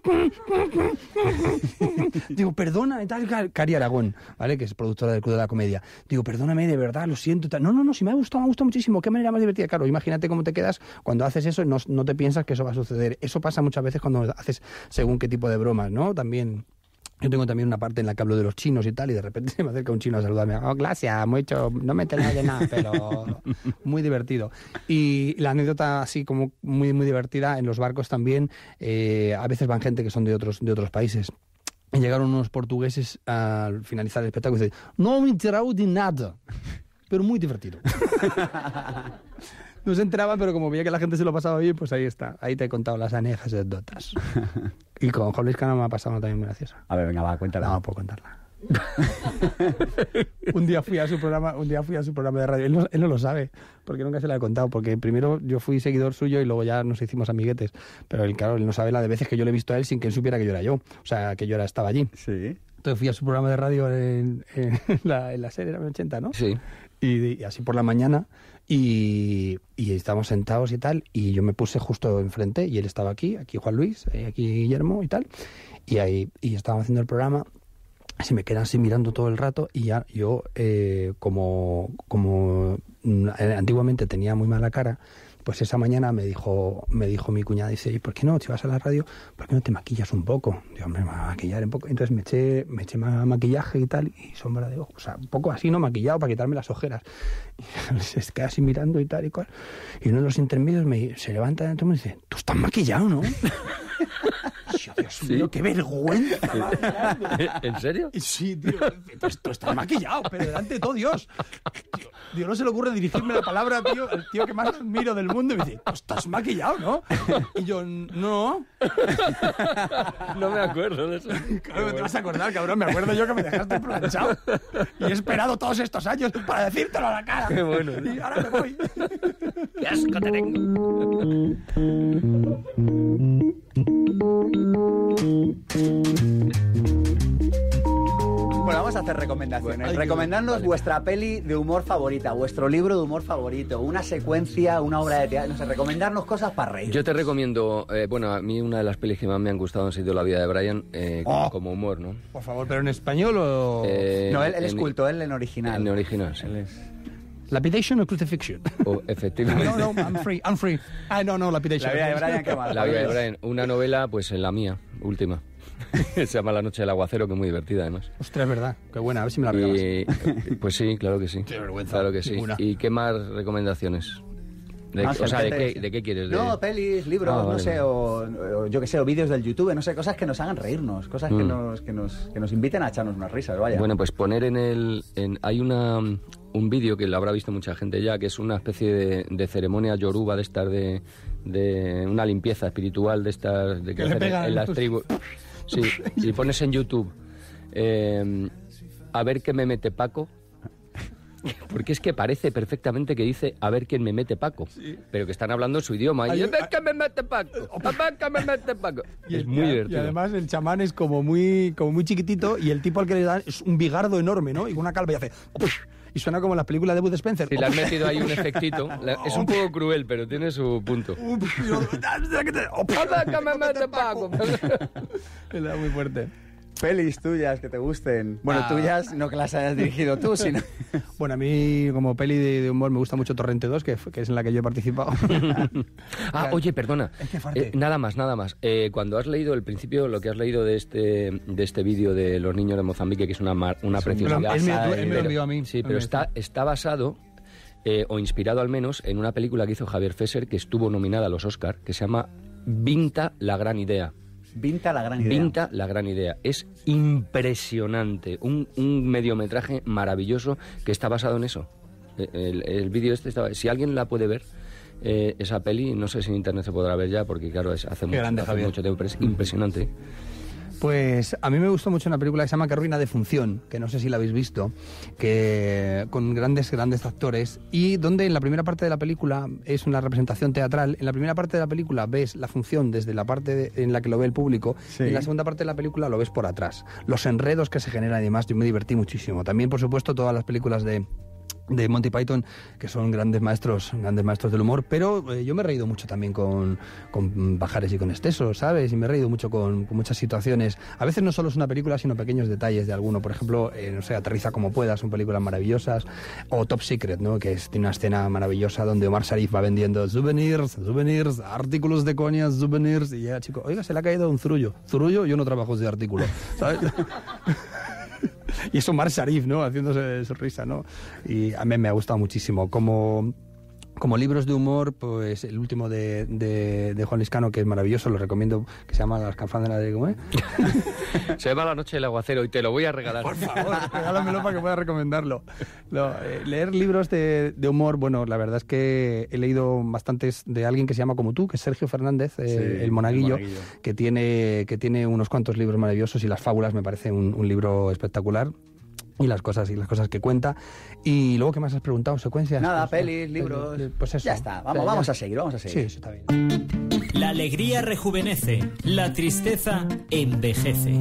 Speaker 3: Digo, perdona, y tal, Cari Aragón, ¿vale? Que es productora del Club de la Comedia. Digo, perdóname, de verdad, lo siento. Tal. No, no, no, sí me ha gustado, me ha gustado muchísimo. Qué manera más divertida. Claro, imagínate cómo te quedas cuando haces eso y no, no te piensas que eso va a suceder. Eso pasa muchas veces cuando haces según qué tipo de bromas, ¿no? También... Yo tengo también una parte en la que hablo de los chinos y tal, y de repente se me acerca un chino a saludarme. Oh, gracias, mucho, no me enteré de nada, pero muy divertido. Y la anécdota así como muy, muy divertida, en los barcos también, eh, a veces van gente que son de otros, de otros países. Y llegaron unos portugueses al finalizar el espectáculo y dicen, no me he enterado de nada, pero muy divertido. No se enteraban, pero como veía que la gente se lo pasaba bien, pues ahí está. Ahí te he contado las anécdotas. Y con Juan Luis Cano me ha pasado una también muy graciosa.
Speaker 1: A ver, venga, va, cuéntala.
Speaker 3: No, puedo contarla. un día fui a su programa, un día fui a su programa de radio. Él no, él no lo sabe, porque nunca se lo he contado. Porque primero yo fui seguidor suyo y luego ya nos hicimos amiguetes. Pero él, claro, él no sabe la de veces que yo le he visto a él sin que él supiera que yo era yo. O sea, que yo era, estaba allí.
Speaker 1: Sí.
Speaker 3: Entonces fui a su programa de radio en, en, la, en la serie, era en ochenta, ¿no?
Speaker 4: Sí.
Speaker 3: Y, y así por la mañana, y, y estábamos sentados y tal, y yo me puse justo enfrente, y él estaba aquí, aquí Juan Luis, aquí Guillermo y tal, y ahí y estábamos haciendo el programa, así me quedan así mirando todo el rato, y ya yo, eh, como, como antiguamente tenía muy mala cara, pues esa mañana me dijo me dijo mi cuñada, dice, ¿y por qué no, si vas a la radio, por qué no te maquillas un poco? Digo, hombre, me voy a maquillar un poco. Entonces me eché, me eché maquillaje y tal, y sombra de ojos, o sea, un poco así, ¿no? Maquillado para quitarme las ojeras. Y se queda así mirando y tal y cual. Y uno de los intermedios me, se levanta dentro y me dice, tú estás maquillado, ¿no? Dios
Speaker 4: ¿Sí?
Speaker 3: mío, qué vergüenza.
Speaker 4: ¿En serio?
Speaker 3: Sí, tío, pues tú estás maquillado, pero delante de todo Dios. Tío, Dios, no se le ocurre dirigirme la palabra, tío, al tío que más admiro del mundo, y me dice, tú estás maquillado, ¿no? Y yo, no.
Speaker 4: No me acuerdo de eso.
Speaker 3: Claro, que te vas a acordar, cabrón, me acuerdo yo que me dejaste planchado. Y he esperado todos estos años para decírtelo a la cara.
Speaker 4: Qué bueno.
Speaker 3: Y ahora me voy.
Speaker 4: ¡Qué asco te tengo!
Speaker 1: Bueno, vamos a hacer recomendaciones.
Speaker 3: Bueno,
Speaker 1: Recomendarnos
Speaker 4: vale.
Speaker 1: vuestra peli de humor favorita, vuestro libro de humor favorito, una secuencia, una obra de teatro, no sé, recomendarnos cosas para reír.
Speaker 4: Yo te recomiendo, eh, bueno, a mí una de las pelis que más me han gustado ha sido La vida de Brian, eh,
Speaker 3: Oh.
Speaker 4: como humor, ¿no?
Speaker 3: Por favor, ¿pero en español o...?
Speaker 4: Eh,
Speaker 1: No, él, él es
Speaker 4: en-
Speaker 1: culto, él en original.
Speaker 4: En original, sí.
Speaker 1: Él es...
Speaker 3: ¿Lapidation o Crucifixion?
Speaker 4: O, efectivamente.
Speaker 3: No, no, I'm free, I'm free. Ah, no, no, Lapidation.
Speaker 1: La vida de Brian, qué mal.
Speaker 4: La vida de Brian, una novela, pues en la mía, última. Se llama La noche del aguacero, que es muy divertida además.
Speaker 3: Ostras, es verdad. Qué buena, a ver si me la regalas.
Speaker 4: Y, pues sí, claro que sí.
Speaker 3: Qué vergüenza.
Speaker 4: Claro que sí.
Speaker 3: Ninguna.
Speaker 4: ¿Y qué más recomendaciones? De-
Speaker 1: Más
Speaker 4: o sea, ¿de
Speaker 1: gente-
Speaker 4: qué, ¿de qué quieres? De...
Speaker 1: No, pelis, libros,
Speaker 4: Ah,
Speaker 1: no
Speaker 4: vale,
Speaker 1: sé,
Speaker 4: vale.
Speaker 1: o, o yo qué sé, o vídeos del YouTube, no sé, cosas que nos hagan reírnos, cosas que,
Speaker 4: Mm.
Speaker 1: nos, que, nos, que nos inviten a echarnos unas risas, vaya.
Speaker 4: Bueno, pues poner en el... En, hay una, un vídeo que lo habrá visto mucha gente ya, que es una especie de, de ceremonia yoruba de estas, de, de una limpieza espiritual de estas... De
Speaker 3: Que le
Speaker 4: hacen
Speaker 3: pegan
Speaker 4: en las
Speaker 3: los-
Speaker 4: tribus. Sí, y pones en YouTube, eh, a ver qué me mete Paco. Porque es que parece perfectamente que dice a ver quién me mete Paco, pero que están hablando su idioma.
Speaker 3: Hay
Speaker 4: Y a
Speaker 3: un-
Speaker 4: ver qué me mete Paco, a ver qué me mete Paco.
Speaker 3: Y
Speaker 4: Es
Speaker 3: el-
Speaker 4: muy
Speaker 3: y
Speaker 4: divertido.
Speaker 3: además el chamán es como muy, como muy chiquitito, y el tipo al que le dan es un bigardo enorme, ¿no? Y con una calva y hace... "Opush", y suena como en la película de Bud Spencer.
Speaker 4: Si le has
Speaker 3: "Opush".
Speaker 4: metido ahí un efectito, la- es un poco cruel, pero tiene su punto.
Speaker 3: "Opush", y yo, "Opush".
Speaker 4: A ver qué me mete Paco.
Speaker 3: Era muy fuerte.
Speaker 1: Pelis tuyas que te gusten. Bueno,
Speaker 3: Ah.
Speaker 1: tuyas, no que las hayas dirigido tú, sino...
Speaker 3: Bueno, a mí como peli de, de humor me gusta mucho Torrente dos, que, que es en la que yo he participado.
Speaker 4: Ah, oye, perdona.
Speaker 3: Es que fuerte.
Speaker 4: Eh, nada más, nada más. Eh, cuando has leído el principio, lo que has leído de este de este vídeo de los niños de Mozambique, que es una, mar- una
Speaker 3: Es un-
Speaker 4: preciosidad.
Speaker 3: él me-
Speaker 1: basada
Speaker 3: él me
Speaker 1: en-
Speaker 3: lo envió a mí.
Speaker 4: Sí,
Speaker 3: Él
Speaker 4: pero
Speaker 3: me
Speaker 4: está,
Speaker 3: dijo.
Speaker 4: está basado, eh, o inspirado al menos, en una película que hizo Javier Fesser, que estuvo nominada a los Oscar, que se llama Vinta, la gran idea.
Speaker 1: Vinta la gran idea.
Speaker 4: Vinta, la gran idea. Es impresionante. Un, un mediometraje maravilloso que está basado en eso. El, el, el vídeo este, está, si alguien la puede ver, eh, esa peli, no sé si en internet se podrá ver ya, porque claro, es, hace, mucho,
Speaker 3: grande,
Speaker 4: hace
Speaker 3: Javier.
Speaker 4: mucho tiempo, pero es impresionante.
Speaker 3: Pues a mí me gustó mucho una película que se llama Que ruina de función, que no sé si la habéis visto, que con grandes, grandes actores, y donde en la primera parte de la película es una representación teatral. En la primera parte de la película ves la función desde la parte de- en la que lo ve el público,
Speaker 1: Sí.
Speaker 3: y en la segunda parte de la película lo ves por atrás. Los enredos que se generan y demás, yo me divertí muchísimo. También, por supuesto, todas las películas de... de Monty Python, que son grandes maestros, grandes maestros del humor, pero eh, yo me he reído mucho también con, con Pajares y con Esteso, ¿sabes? Y me he reído mucho con, con muchas situaciones. A veces no solo es una película, sino pequeños detalles de alguno. Por ejemplo, eh, no sé, Aterriza como puedas, son películas maravillosas. O Top Secret, ¿no? Que es, tiene una escena maravillosa donde Omar Sharif va vendiendo souvenirs, souvenirs, artículos de coña, souvenirs, y llega chico, oiga, se le ha caído un zurullo. Zurullo, yo no trabajo ese artículo, ¿sabes? Y es Omar Sharif, ¿no? Haciéndose su risa, ¿no? Y a mí me ha gustado muchísimo. Como, como libros de humor, pues el último de, de, de Juan Liscano, que es maravilloso, lo recomiendo, que se llama Las Canfrandas de... ¿Cómo es?
Speaker 4: Se llama La noche del aguacero y te lo voy a regalar.
Speaker 3: Por favor, regálamelo para que pueda recomendarlo. No, eh, leer libros de, de humor, bueno, la verdad es que he leído bastantes de alguien que se llama como tú, que es Sergio Fernández, eh,
Speaker 1: Sí,
Speaker 3: el, monaguillo,
Speaker 1: el Monaguillo.
Speaker 3: que tiene, que tiene unos cuantos libros maravillosos, y Las Fábulas me parece un, un libro espectacular. Y las cosas y las cosas que cuenta. Y luego, ¿qué más has preguntado? ¿Secuencias?
Speaker 1: Nada,
Speaker 3: Pues,
Speaker 1: pelis, libros...
Speaker 3: Pues eso.
Speaker 1: Ya está, vamos,
Speaker 3: Ya,
Speaker 1: vamos
Speaker 3: ya.
Speaker 1: a seguir, vamos a
Speaker 3: Sí,
Speaker 1: seguir.
Speaker 3: eso está bien.
Speaker 5: La alegría rejuvenece, la tristeza envejece.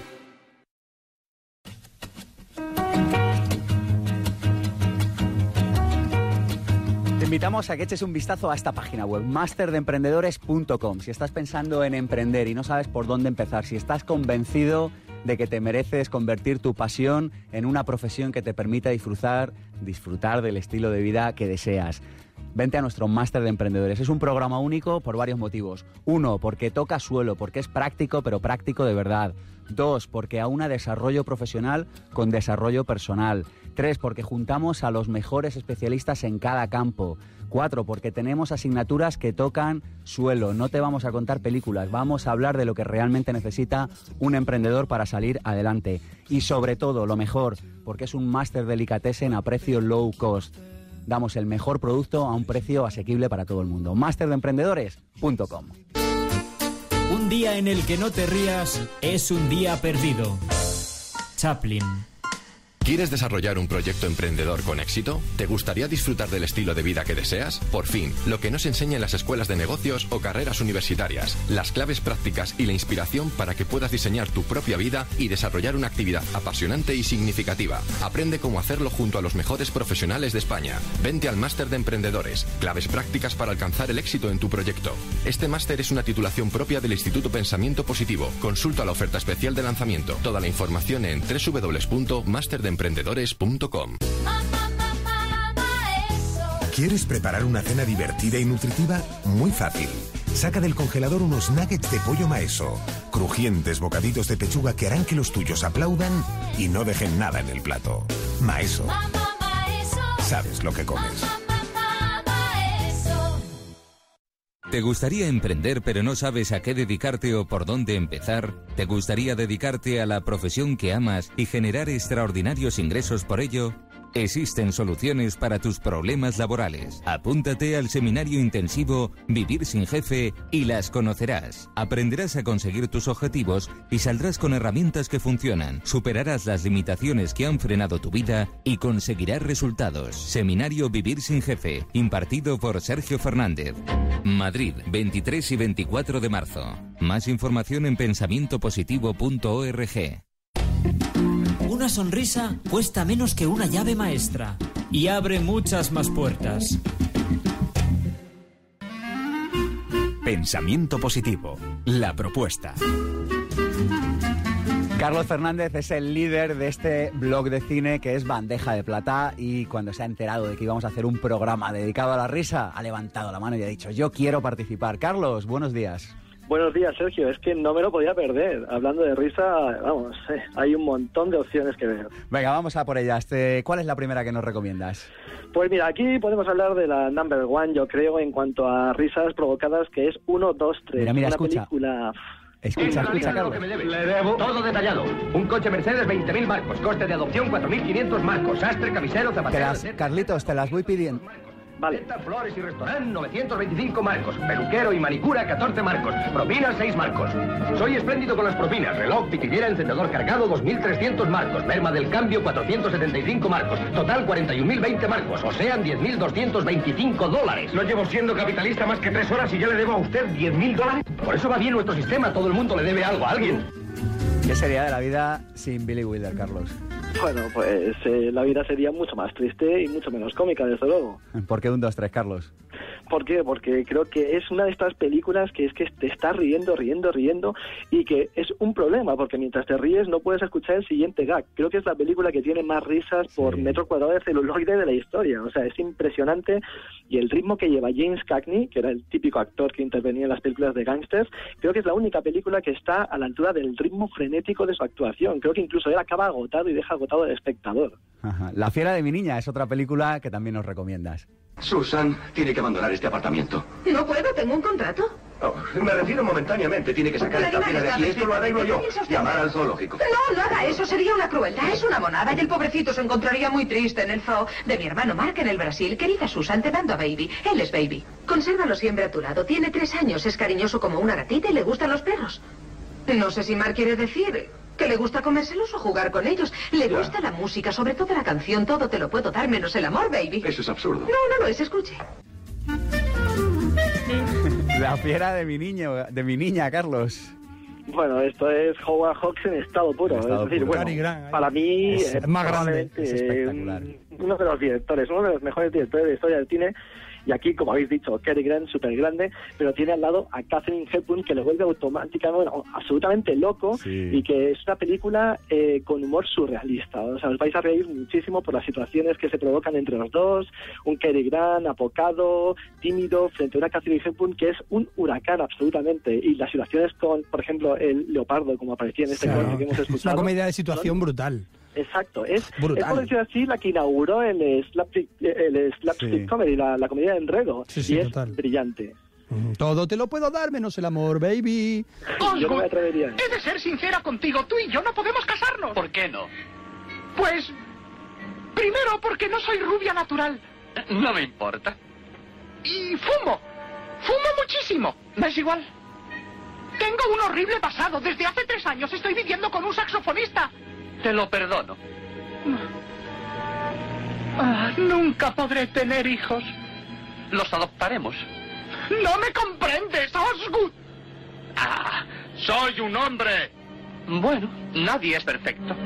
Speaker 1: Te invitamos a que eches un vistazo a esta página web, máster de emprendedores punto com. Si estás pensando en emprender y no sabes por dónde empezar, si estás convencido de que te mereces convertir tu pasión en una profesión que te permita disfrutar, disfrutar del estilo de vida que deseas, vente a nuestro máster de emprendedores. Es un programa único por varios motivos. Uno, porque toca suelo, porque es práctico, pero práctico de verdad. Dos, porque aúna desarrollo profesional con desarrollo personal. Tres, porque juntamos a los mejores especialistas en cada campo. Cuatro, porque tenemos asignaturas que tocan suelo. No te vamos a contar películas, vamos a hablar de lo que realmente necesita un emprendedor para salir adelante. Y sobre todo, lo mejor, porque es un máster delicatessen a precio low cost. Damos el mejor producto a un precio asequible para todo el mundo. máster de emprendedores punto com.
Speaker 5: Un día en el que no te rías es un día perdido. Chaplin.
Speaker 7: ¿Quieres desarrollar un proyecto emprendedor con éxito? ¿Te gustaría disfrutar del estilo de vida que deseas? Por fin, lo que no se enseña en las escuelas de negocios o carreras universitarias. Las claves prácticas y la inspiración para que puedas diseñar tu propia vida y desarrollar una actividad apasionante y significativa. Aprende cómo hacerlo junto a los mejores profesionales de España. Vente al Máster de Emprendedores. Claves prácticas para alcanzar el éxito en tu proyecto. Este máster es una titulación propia del Instituto Pensamiento Positivo. Consulta la oferta especial de lanzamiento. Toda la información en doble u doble u doble u punto máster de emprendedores punto com.
Speaker 8: ¿Quieres preparar una cena divertida y nutritiva? Muy fácil. Saca del congelador unos nuggets de pollo maeso, crujientes bocaditos de pechuga que harán que los tuyos aplaudan y no dejen nada en el plato. Maeso. Sabes lo que comes.
Speaker 9: ¿Te gustaría emprender pero no sabes a qué dedicarte o por dónde empezar? ¿Te gustaría dedicarte a la profesión que amas y generar extraordinarios ingresos por ello? Existen soluciones para tus problemas laborales. Apúntate al seminario intensivo Vivir sin Jefe y las conocerás. Aprenderás a conseguir tus objetivos y saldrás con herramientas que funcionan. Superarás las limitaciones que han frenado tu vida y conseguirás resultados. Seminario Vivir sin Jefe, impartido por Sergio Fernández. Madrid, veintitrés y veinticuatro de marzo. Más información en pensamiento positivo punto org.
Speaker 5: Una sonrisa cuesta menos que una llave maestra y abre muchas más puertas.
Speaker 2: Pensamiento positivo, la propuesta.
Speaker 1: Carlos Fernández es el líder de este blog de cine que es Bandeja de Plata, y cuando se ha enterado de que íbamos a hacer un programa dedicado a la risa, ha levantado la mano y ha dicho, yo quiero participar. Carlos, buenos días.
Speaker 10: Buenos días, Sergio. Es que no me lo podía perder. Hablando de risa, vamos, eh, hay un montón de opciones que ver.
Speaker 1: Venga, vamos a por ellas. ¿Cuál es la primera que nos recomiendas?
Speaker 10: Pues mira, aquí podemos hablar de la number one, yo creo, en cuanto a risas provocadas, que es uno, dos, tres.
Speaker 1: Mira, mira,
Speaker 10: una
Speaker 1: escucha.
Speaker 10: película...
Speaker 1: Escucha, escucha, Carlos.
Speaker 11: Le debo todo detallado. Un coche Mercedes, veinte mil marcos. Coste de adopción, cuatro mil quinientos marcos. Sastre, camisero,
Speaker 1: Te
Speaker 11: zapatero...
Speaker 1: las, Carlitos, te las voy pidiendo.
Speaker 10: Vale.
Speaker 11: Flores y restaurante, novecientos veinticinco marcos. Peluquero y manicura, catorce marcos. Propinas, seis marcos. Soy espléndido con las propinas. Reloj, pitillera, encendedor cargado, dos mil trescientos marcos. Merma del cambio, cuatrocientos setenta y cinco marcos. Total, cuarenta y un mil veinte marcos. O sean, diez mil doscientos veinticinco dólares.
Speaker 12: No llevo siendo capitalista más que tres horas y ya le debo a usted diez mil dólares.
Speaker 11: Por eso va bien nuestro sistema. Todo el mundo le debe algo a alguien.
Speaker 1: ¿Qué sería de la vida sin Billy Wilder, Carlos?
Speaker 10: Bueno, pues eh, la vida sería mucho más triste y mucho menos cómica, desde luego.
Speaker 1: ¿Por qué un, dos, tres, Carlos?
Speaker 10: ¿Por qué? Porque creo que es una de estas películas que es que te estás riendo, riendo, riendo, y que es un problema, porque mientras te ríes no puedes escuchar el siguiente gag. Creo que es la película que tiene más risas por sí. metro cuadrado de celuloide de la historia. O sea, es impresionante, y el ritmo que lleva James Cagney, que era el típico actor que intervenía en las películas de gángsters, creo que es la única película que está a la altura del ritmo frenético de su actuación. Creo que incluso él acaba agotado y deja agotado al espectador.
Speaker 1: Ajá. La fiera de mi niña es otra película que también nos recomiendas.
Speaker 12: Susan tiene que abandonar este apartamento.
Speaker 13: No puedo, tengo un contrato.
Speaker 12: Oh, me refiero momentáneamente, tiene que sacar esta fiera de aquí. Esto lo arreglo yo. Llamar al zoológico.
Speaker 13: No, no haga eso, sería una crueldad. Es una monada y el pobrecito se encontraría muy triste en el zoo de mi hermano Mark en el Brasil. Querida Susan, te mando a Baby. Él es Baby. Consérvalo siempre a tu lado. Tiene tres años, es cariñoso como una gatita y le gustan los perros. No sé si Mark quiere decir que le gusta comérselos o jugar con ellos. Le ya. gusta la música, sobre todo la canción. Todo te lo puedo dar menos el amor, Baby.
Speaker 12: Eso es absurdo.
Speaker 13: No, no lo es, escuche.
Speaker 1: La fiera de mi niño, de mi niña, Carlos.
Speaker 10: Bueno, esto es Howard Hawks en estado puro.
Speaker 1: Estado
Speaker 10: es decir,
Speaker 1: puro.
Speaker 10: bueno,
Speaker 3: Gran,
Speaker 10: para mí
Speaker 3: es, es más grande,
Speaker 1: es espectacular.
Speaker 10: Uno de los directores, uno de los mejores directores de la historia del cine. Y aquí, como habéis dicho, Cary Grant, súper grande, pero tiene al lado a Katharine Hepburn, que le vuelve automáticamente, bueno, absolutamente loco, sí. Y que es una película eh, con humor surrealista. O sea, os vais a reír muchísimo por las situaciones que se provocan entre los dos. Un Cary Grant apocado, tímido, frente a una Katharine Hepburn que es un huracán absolutamente. Y las situaciones con, por ejemplo, el leopardo, como aparecía en este
Speaker 3: claro.
Speaker 10: corte que hemos escuchado.
Speaker 3: Es una comedia de situación
Speaker 10: ¿no?
Speaker 3: brutal.
Speaker 10: Exacto, es,
Speaker 3: brutal.
Speaker 10: es por decir así la que inauguró el slapstick, el slapstick sí. comedy, la, la comedia de enredo,
Speaker 3: sí, sí,
Speaker 10: y es
Speaker 3: total.
Speaker 10: brillante.
Speaker 3: Todo te lo puedo dar menos el amor, baby.
Speaker 10: Osgood, yo no me atrevería.
Speaker 14: He de ser sincera contigo, tú y yo no podemos casarnos.
Speaker 15: ¿Por qué no?
Speaker 14: Pues, primero porque no soy rubia natural.
Speaker 15: No me importa.
Speaker 14: Y fumo, fumo muchísimo. ¿Me es igual? Tengo un horrible pasado, desde hace tres años estoy viviendo con un saxofonista.
Speaker 15: Te lo perdono.
Speaker 14: Ah, nunca podré tener hijos.
Speaker 15: Los adoptaremos.
Speaker 14: ¡No me comprendes, Osgood!
Speaker 15: ¡Ah! ¡Soy un hombre! Bueno, nadie es perfecto.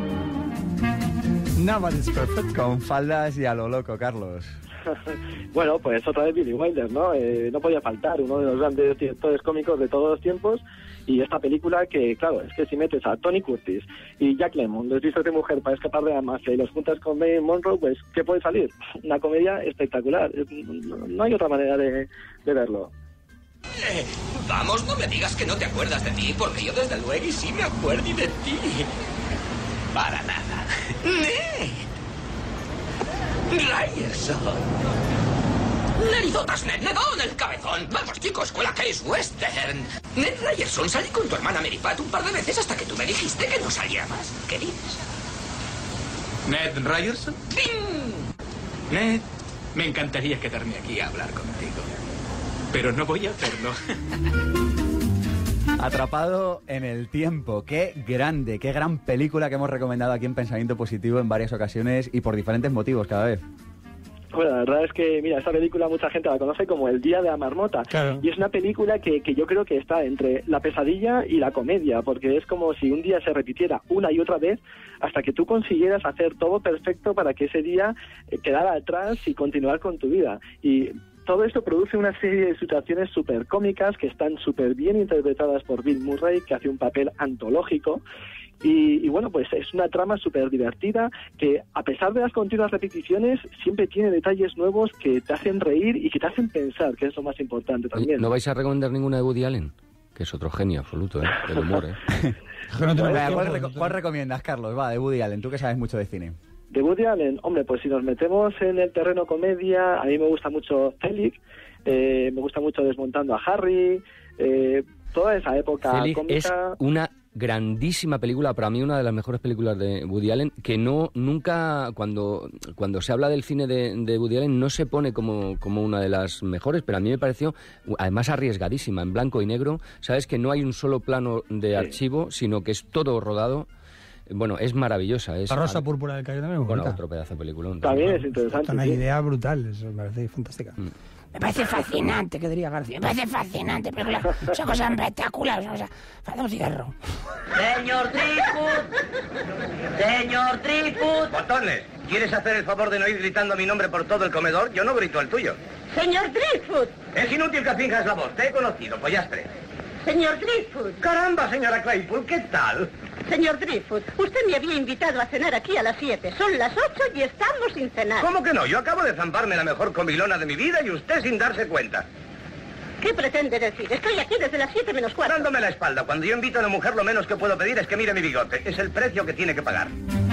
Speaker 1: Nada es perfecto. Con faldas y a lo loco, Carlos.
Speaker 10: Bueno, pues otra vez Billy Wilder, ¿no? Eh, no podía faltar, uno de los grandes directores cómicos de todos los tiempos. Y esta película que, claro, es que si metes a Tony Curtis y Jack Lemmon, les dices de mujer para escapar de la mafia y los juntas con Marilyn Monroe, pues, ¿qué puede salir? Una comedia espectacular. No hay otra manera de, de verlo.
Speaker 16: Eh, vamos, no me digas que no te acuerdas de mí, porque yo desde luego y sí me acuerdo de ti. Para nada. ¡Ned! ¡Ryerson! ¡Neridotas, Ned! ¡Nedón, el cabezón! ¡Vamos, chico, escuela que es western! Ned Ryerson, salí con tu hermana Mary Pat un par de veces hasta que tú me dijiste que no salía más. ¿Qué dices?
Speaker 17: ¿Ned Ryerson?
Speaker 16: ¡Bing!
Speaker 17: Ned, me encantaría quedarme aquí a hablar contigo, pero no voy a hacerlo.
Speaker 1: Atrapado en el tiempo. Qué grande, qué gran película que hemos recomendado aquí en Pensamiento Positivo en varias ocasiones y por diferentes motivos cada vez.
Speaker 10: Bueno, la verdad es que, mira, esta película mucha gente la conoce como El Día de la Marmota.
Speaker 3: Claro.
Speaker 10: Y es una película que, que yo creo que está entre la pesadilla y la comedia, porque es como si un día se repitiera una y otra vez hasta que tú consiguieras hacer todo perfecto para que ese día eh, quedara atrás y continuar con tu vida. Y todo esto produce una serie de situaciones súper cómicas que están súper bien interpretadas por Bill Murray, que hace un papel antológico. Y, y bueno, pues es una trama súper divertida que, a pesar de las continuas repeticiones, siempre tiene detalles nuevos que te hacen reír y que te hacen pensar, que es lo más importante también.
Speaker 4: Oye, ¿no vais a recomendar ninguna de Woody Allen? Que es otro genio absoluto, ¿eh? Del humor, ¿eh?
Speaker 1: Venga, ¿cuál, reco- ¿Cuál recomiendas, Carlos? Va, de Woody Allen, tú que sabes mucho de cine.
Speaker 10: De Woody Allen, hombre, pues si nos metemos en el terreno comedia, a mí me gusta mucho Zelig, eh, me gusta mucho Desmontando a Harry, eh, toda esa época
Speaker 4: Zelig
Speaker 10: cómica.
Speaker 4: es una grandísima película, para mí una de las mejores películas de Woody Allen, que no nunca, cuando, cuando se habla del cine de, de Woody Allen, no se pone como, como una de las mejores, pero a mí me pareció, además arriesgadísima, en blanco y negro. Sabes que no hay un solo plano de
Speaker 3: Sí.
Speaker 4: archivo, sino que es todo rodado. Bueno, es maravillosa. Es
Speaker 3: La Rosa Púrpura del Cayo también es
Speaker 4: Bueno,
Speaker 3: bonita.
Speaker 4: otro pedazo de peliculón.
Speaker 10: También es interesante.
Speaker 3: Es una
Speaker 10: sí.
Speaker 3: idea brutal, eso me parece fantástica.
Speaker 18: Me parece fascinante, que diría García. Me parece fascinante, pero claro, son cosas espectaculares. O sea, falta un cigarro.
Speaker 19: Señor Trifut, señor Trifut.
Speaker 11: Botones, ¿quieres hacer el favor de no ir gritando mi nombre por todo el comedor? Yo no grito el tuyo.
Speaker 19: Señor Trifut,
Speaker 11: Es inútil que finjas la voz, te he conocido, pollastre.
Speaker 19: señor Trifut.
Speaker 11: Caramba, señora Claypool, ¿qué tal?
Speaker 19: Señor Trifut, usted me había invitado a cenar aquí a las siete. Son las ocho y estamos sin cenar.
Speaker 11: ¿Cómo que no? Yo acabo de zamparme la mejor comilona de mi vida y usted sin darse cuenta.
Speaker 19: ¿Qué pretende decir? Estoy aquí desde las siete menos cuarto.
Speaker 11: Dándome la espalda. Cuando yo invito a una mujer, lo menos que puedo pedir es que mire mi bigote. Es el precio que tiene que pagar.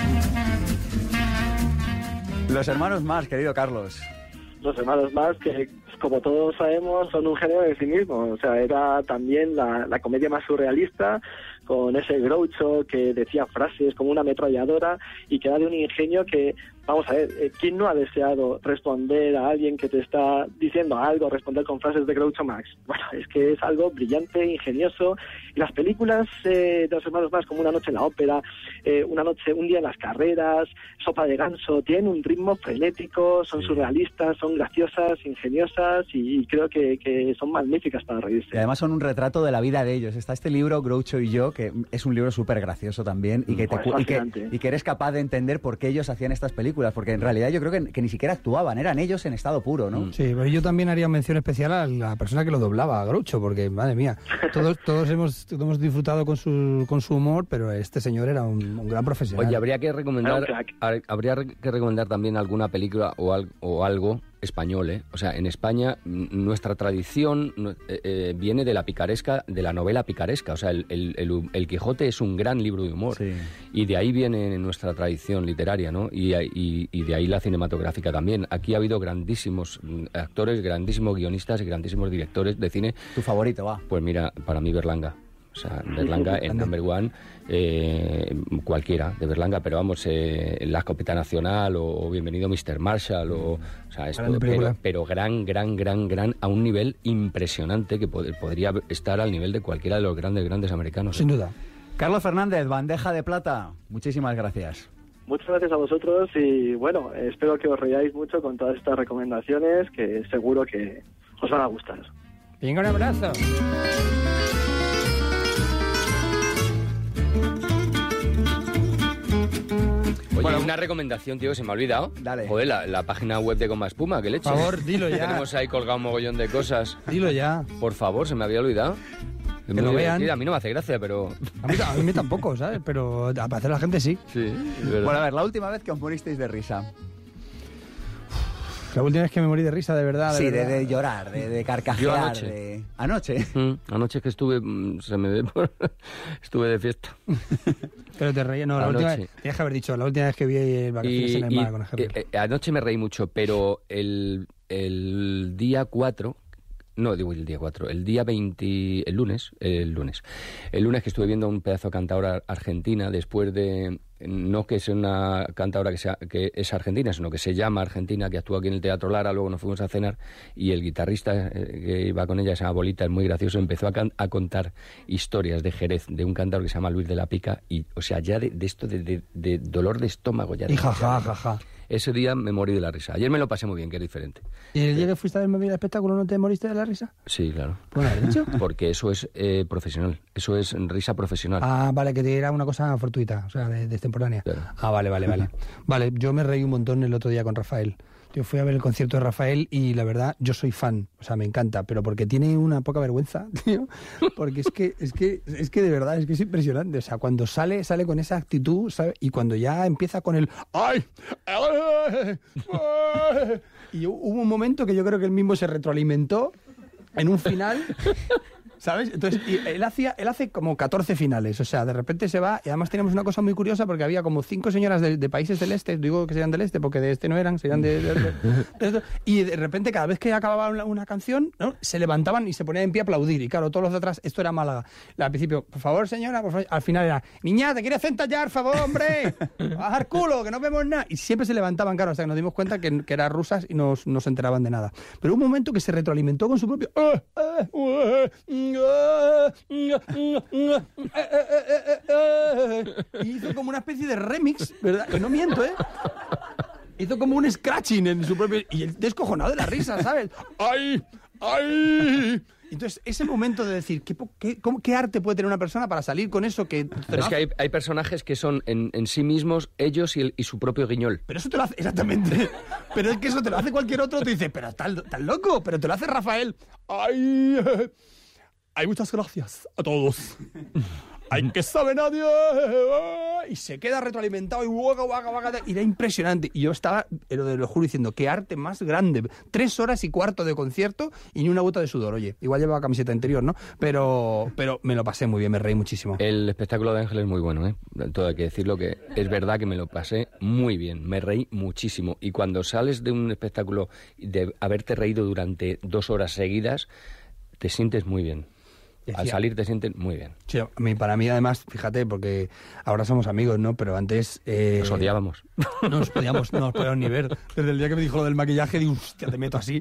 Speaker 1: Los hermanos más, querido Carlos.
Speaker 10: Los hermanos más, que como todos sabemos son un género en sí mismo. O sea, era también la, la comedia más surrealista, con ese Groucho que decía frases como una ametralladora y que era de un ingenio que, vamos a ver, eh, ¿quién no ha deseado responder a alguien que te está diciendo algo, responder con frases de Groucho Marx? Bueno, es que es algo brillante, ingenioso. Y las películas eh, de los hermanos más, como Una noche en la ópera, eh, Una noche, Un día en las carreras, Sopa de ganso, tienen un ritmo frenético, son surrealistas, son graciosas, ingeniosas y, y creo que, que son magníficas para reírse.
Speaker 1: Y además son un retrato de la vida de ellos. Está este libro, Groucho y yo, que es un libro súper gracioso también y que, te,
Speaker 10: Pues
Speaker 1: y, que,
Speaker 10: fascinante.
Speaker 1: y que eres capaz de entender por qué ellos hacían estas películas, porque en realidad yo creo que, que ni siquiera actuaban, eran ellos en estado puro, ¿no?
Speaker 3: Sí, pero yo también haría mención especial a la persona que lo doblaba, a Groucho, porque, madre mía, todos todos hemos, todos hemos disfrutado con su, con su humor, pero este señor era un, un gran profesional.
Speaker 4: Oye, habría que
Speaker 3: Era un
Speaker 4: recomendar,
Speaker 3: crack.
Speaker 4: har- habría que recomendar también alguna película o, al- o algo español, ¿eh? O sea, en España n- nuestra tradición nu- eh, eh, viene de la picaresca, de la novela picaresca. O sea, el, el- el hu- el Quijote es un gran libro de humor y de ahí viene nuestra tradición literaria, ¿no? Y, y- y de ahí la cinematográfica también. Aquí ha habido grandísimos mm, actores, grandísimos guionistas y grandísimos directores de cine.
Speaker 1: ¿Tu favorito, va?
Speaker 4: Pues mira, para mí Berlanga. O sea, Berlanga en number one, eh, cualquiera de Berlanga, pero vamos, eh, La Escopeta Nacional o, o Bienvenido mister Marshall, o, o sea, esto,
Speaker 3: Grande
Speaker 4: pero,
Speaker 3: película.
Speaker 4: pero gran, gran, gran, gran, a un nivel impresionante que pod- podría estar al nivel de cualquiera de los grandes, grandes americanos.
Speaker 3: Sin duda.
Speaker 1: Carlos Fernández, Bandeja de Plata, muchísimas gracias.
Speaker 10: Muchas gracias a vosotros y bueno, espero que os reáis mucho con todas estas recomendaciones que seguro que os van a gustar.
Speaker 3: Venga, un abrazo.
Speaker 4: Oye, una recomendación, tío, que se me ha olvidado.
Speaker 1: Dale.
Speaker 4: Joder, la, la página web de Goma Espuma, que leche.
Speaker 3: Por favor, dilo ya.
Speaker 4: Tenemos ahí colgado un mogollón de cosas.
Speaker 3: Dilo ya.
Speaker 4: Por favor, se me había olvidado. Es
Speaker 3: Que
Speaker 4: muy
Speaker 3: lo vean.
Speaker 4: divertida. A mí no me hace gracia, pero...
Speaker 3: A mí, a mí tampoco, ¿sabes? Pero a parecer la gente sí.
Speaker 4: Sí,
Speaker 1: Bueno, a ver, la última vez que os moristeis de risa.
Speaker 3: La última vez que me morí de risa, de verdad. De
Speaker 1: Sí, de,
Speaker 3: verdad.
Speaker 1: de llorar, de, de carcajear.
Speaker 4: Yo anoche.
Speaker 1: de- ¿Anoche?
Speaker 4: Mm, anoche que estuve, mm, se me ve por... estuve de fiesta.
Speaker 3: Pero te reí, no, la
Speaker 4: Anoche.
Speaker 3: última vez, tienes que haber dicho, la última vez que vi eh, vacaciones en el mar con ejemplo.
Speaker 4: eh, eh, anoche me reí mucho, pero el, el día cuatro, no digo el día cuatro, el día veinte, el lunes, el lunes, el lunes que estuve viendo un pedazo de cantadora argentina después de, no que es una cantadora que, sea, que es argentina, sino que se llama Argentina, que actúa aquí en el Teatro Lara, luego nos fuimos a cenar y el guitarrista eh, que iba con ella, se llama Bolita, es muy gracioso, empezó a, can- a contar historias de Jerez, de un cantador que se llama Luis de la Pica y, o sea, ya de, de esto, de, de- de dolor de estómago ya.
Speaker 3: Y jaja, jaja.
Speaker 4: Ese día me morí de la risa. Ayer me lo pasé muy bien, que era diferente.
Speaker 3: ¿Y el día que fuiste a verme el espectáculo no te moriste de la risa?
Speaker 4: Sí, claro.
Speaker 3: ¿Puedo haber dicho?
Speaker 4: Porque eso es eh, profesional. Eso es risa profesional.
Speaker 3: Ah, vale, que te era una cosa fortuita, o sea, de, de extemporánea. Ah, vale, vale, vale. Vale, yo me reí un montón el otro día con Rafael. Yo fui a ver el concierto de Rafael y la verdad, yo soy fan, o sea, me encanta, pero porque tiene una poca vergüenza, tío, porque es que, es que, es que de verdad, es que es impresionante, o sea, cuando sale, sale con esa actitud, ¿sabes? Y cuando ya empieza con el ¡ay! ¡ay! ¡ay! Y hubo un momento que yo creo que él mismo se retroalimentó en un final... ¿Sabes? Entonces, y él, hacía, él hace como catorce finales, o sea, de repente se va, y además teníamos una cosa muy curiosa porque había como cinco señoras de, de países del este, digo que serían del este porque de este no eran, serían de... de, de, de, de y de repente cada vez que acababa una, una canción, ¿no? Se levantaban y se ponían en pie a aplaudir, y claro, todos los de atrás, esto era Málaga. Al principio, por favor, señora, por favor, al final era, niña, ¿te quieres sentar, por favor, hombre? Bajar culo, que no vemos nada. Y siempre se levantaban, claro, hasta que nos dimos cuenta que, que eran rusas y nos, no se enteraban de nada. Pero hubo un momento que se retroalimentó con su propio... Uh, uh, uh, y hizo como una especie de remix, ¿verdad? Que no miento, ¿eh? Hizo como un scratching en su propio... Y el descojonado de la risa, ¿sabes? ¡Ay! ¡Ay! Entonces, ese momento de decir, ¿qué, qué, cómo, ¿qué arte puede tener una persona para salir con eso que...
Speaker 4: Es que hay, hay personajes que son en, en sí mismos ellos y, el, y su propio guiñol.
Speaker 3: Pero eso te lo hace... Exactamente. Pero es que eso te lo hace cualquier otro. Te dice, pero estás tan loco. Pero te lo hace Rafael. ¡Ay! Ay, muchas gracias a todos. Ay, que sabe nadie. Y se queda retroalimentado y guaga, guaga, guaga. Y era impresionante. Y yo estaba, lo, lo juro, diciendo, qué arte más grande. Tres horas y cuarto de concierto y ni una gota de sudor. Oye, igual llevaba camiseta interior, ¿no? Pero, pero me lo pasé muy bien, me reí muchísimo.
Speaker 4: El espectáculo de Ángel es muy bueno, ¿eh? Todo hay que decirlo, que es verdad que me lo pasé muy bien. Me reí muchísimo. Y cuando sales de un espectáculo de haberte reído durante dos horas seguidas, te sientes muy bien. Decía, al salir te sienten muy bien.
Speaker 3: Sí, a mí, para mí además, fíjate, porque ahora somos amigos, ¿no? Pero antes... Eh,
Speaker 4: nos odiábamos.
Speaker 3: No nos podíamos, no nos podíamos ni ver. Desde el día que me dijo lo del maquillaje, digo, hostia, te meto así.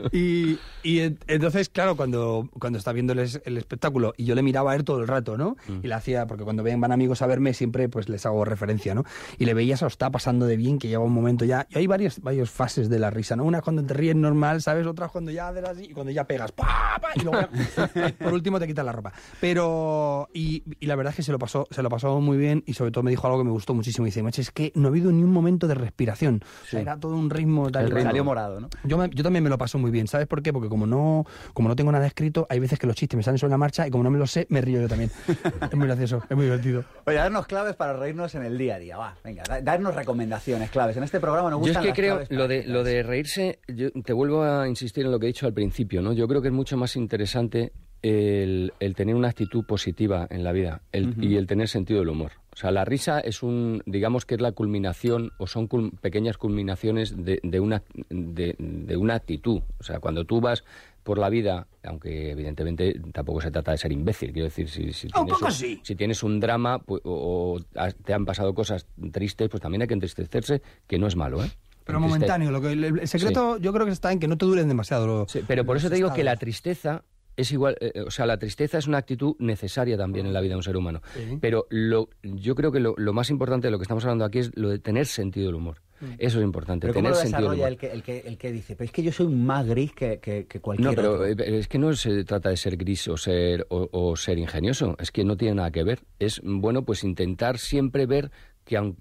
Speaker 3: Y, y entonces, claro, cuando, cuando está viendo el, el espectáculo, y yo le miraba a él todo el rato, ¿no? Mm. Y le hacía, porque cuando ven, van amigos a verme, siempre pues les hago referencia, ¿no? Y le veía, se lo está pasando de bien, que lleva un momento ya... Y hay varias, varias fases de la risa, ¿no? Una cuando te ríes normal, ¿sabes? Otra cuando ya haces así, y cuando ya pegas, ¡pah! ¡pah! Y luego ya, por último te quitas la ropa. Pero, y, y la verdad es que se lo pasó se lo pasó muy bien, y sobre todo me dijo algo que me gustó muchísimo. Dice, macho, es que no ha habido ni un momento de respiración. Sí. O sea, era todo un ritmo. Tal,
Speaker 1: el ritmo. Salió morado, ¿no?
Speaker 3: Yo, me, yo también me lo paso muy bien. ¿Sabes por qué? Porque como no como no tengo nada escrito, hay veces que los chistes me salen sobre la marcha, y como no me los sé, me río yo también. Es muy gracioso, es muy divertido.
Speaker 1: Oye, darnos claves para reírnos en el día a día. Va, venga, darnos recomendaciones, claves. En este programa nos gustan
Speaker 4: las claves. Yo es que creo, lo de,
Speaker 1: claves.
Speaker 4: lo de reírse, yo te vuelvo a insistir en lo que he dicho al principio, ¿no? Yo creo que es mucho más interesante El, el tener una actitud positiva en la vida el, uh-huh. y el tener sentido del humor. O sea, la risa es un, digamos que es la culminación, o son cul, pequeñas culminaciones de, de, una, de, de una actitud. O sea, cuando tú vas por la vida, aunque evidentemente tampoco se trata de ser imbécil, quiero decir, si, si, tienes, un,
Speaker 3: sí.
Speaker 4: si tienes un drama pues, o, o te han pasado cosas tristes, pues también hay que entristecerse, que no es malo, ¿eh?
Speaker 3: Pero momentáneo. Lo que, el, el secreto sí. yo creo que está en que no te duren demasiado. Lo,
Speaker 4: sí, pero por eso te digo estados. que la tristeza... Es igual, eh, o sea, la tristeza es una actitud necesaria también en la vida de un ser humano. Sí. Pero lo, yo creo que lo, lo más importante de lo que estamos hablando aquí es lo de tener sentido del humor. Mm. Eso es importante,
Speaker 1: pero
Speaker 4: tener
Speaker 1: ¿cómo lo
Speaker 4: sentido del humor.
Speaker 1: El que, el, que, el que dice, pero es que yo soy más gris que, que, que cualquier
Speaker 4: No, pero
Speaker 1: otro.
Speaker 4: es que no se trata de ser gris o ser, o, o ser ingenioso. Es que no tiene nada que ver. Es, bueno, pues intentar siempre ver que, aun,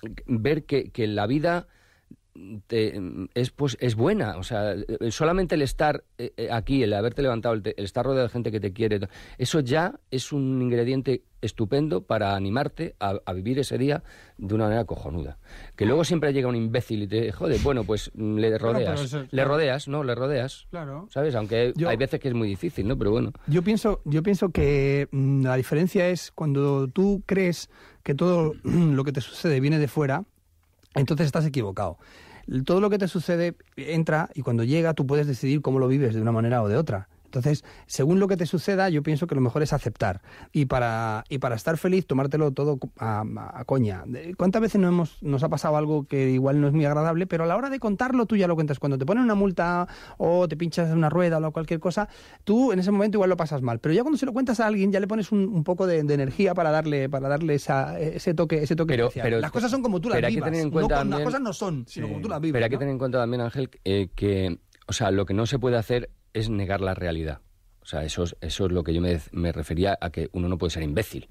Speaker 4: ver que, que la vida... Te, es pues es buena, o sea, solamente el estar eh, aquí, el haberte levantado, el, te, el estar rodeado de gente que te quiere, eso ya es un ingrediente estupendo para animarte a, a vivir ese día de una manera cojonuda. Que luego siempre llega un imbécil y te jode, bueno, pues le rodeas, bueno, eso, le rodeas, ¿no? Le rodeas,
Speaker 3: claro.
Speaker 4: ¿Sabes? Aunque yo, hay veces que es muy difícil, ¿no? Pero bueno.
Speaker 3: Yo pienso, yo pienso que mmm, la diferencia es cuando tú crees que todo lo que te sucede viene de fuera, entonces estás equivocado. Todo lo que te sucede entra y cuando llega tú puedes decidir cómo lo vives de una manera o de otra. Entonces, según lo que te suceda, yo pienso que lo mejor es aceptar. Y para y para estar feliz, tomártelo todo a, a, a coña. ¿Cuántas veces no hemos, nos ha pasado algo que igual no es muy agradable, pero a la hora de contarlo tú ya lo cuentas? Cuando te ponen una multa o te pinchas una rueda o cualquier cosa, tú en ese momento igual lo pasas mal. Pero ya cuando se lo cuentas a alguien, ya le pones un, un poco de, de energía para darle para darle esa, ese toque ese toque
Speaker 4: pero,
Speaker 3: especial.
Speaker 4: Pero,
Speaker 3: las cosas son como tú las vivas.
Speaker 4: Tener en cuenta
Speaker 3: no,
Speaker 4: también,
Speaker 3: las cosas no son, sino sí. como tú las vives.
Speaker 4: Pero hay que
Speaker 3: ¿no?
Speaker 4: tener en cuenta también, Ángel, eh, que o sea, lo que no se puede hacer es negar la realidad. O sea, eso es, eso es lo que yo me, me refería a que uno no puede ser imbécil.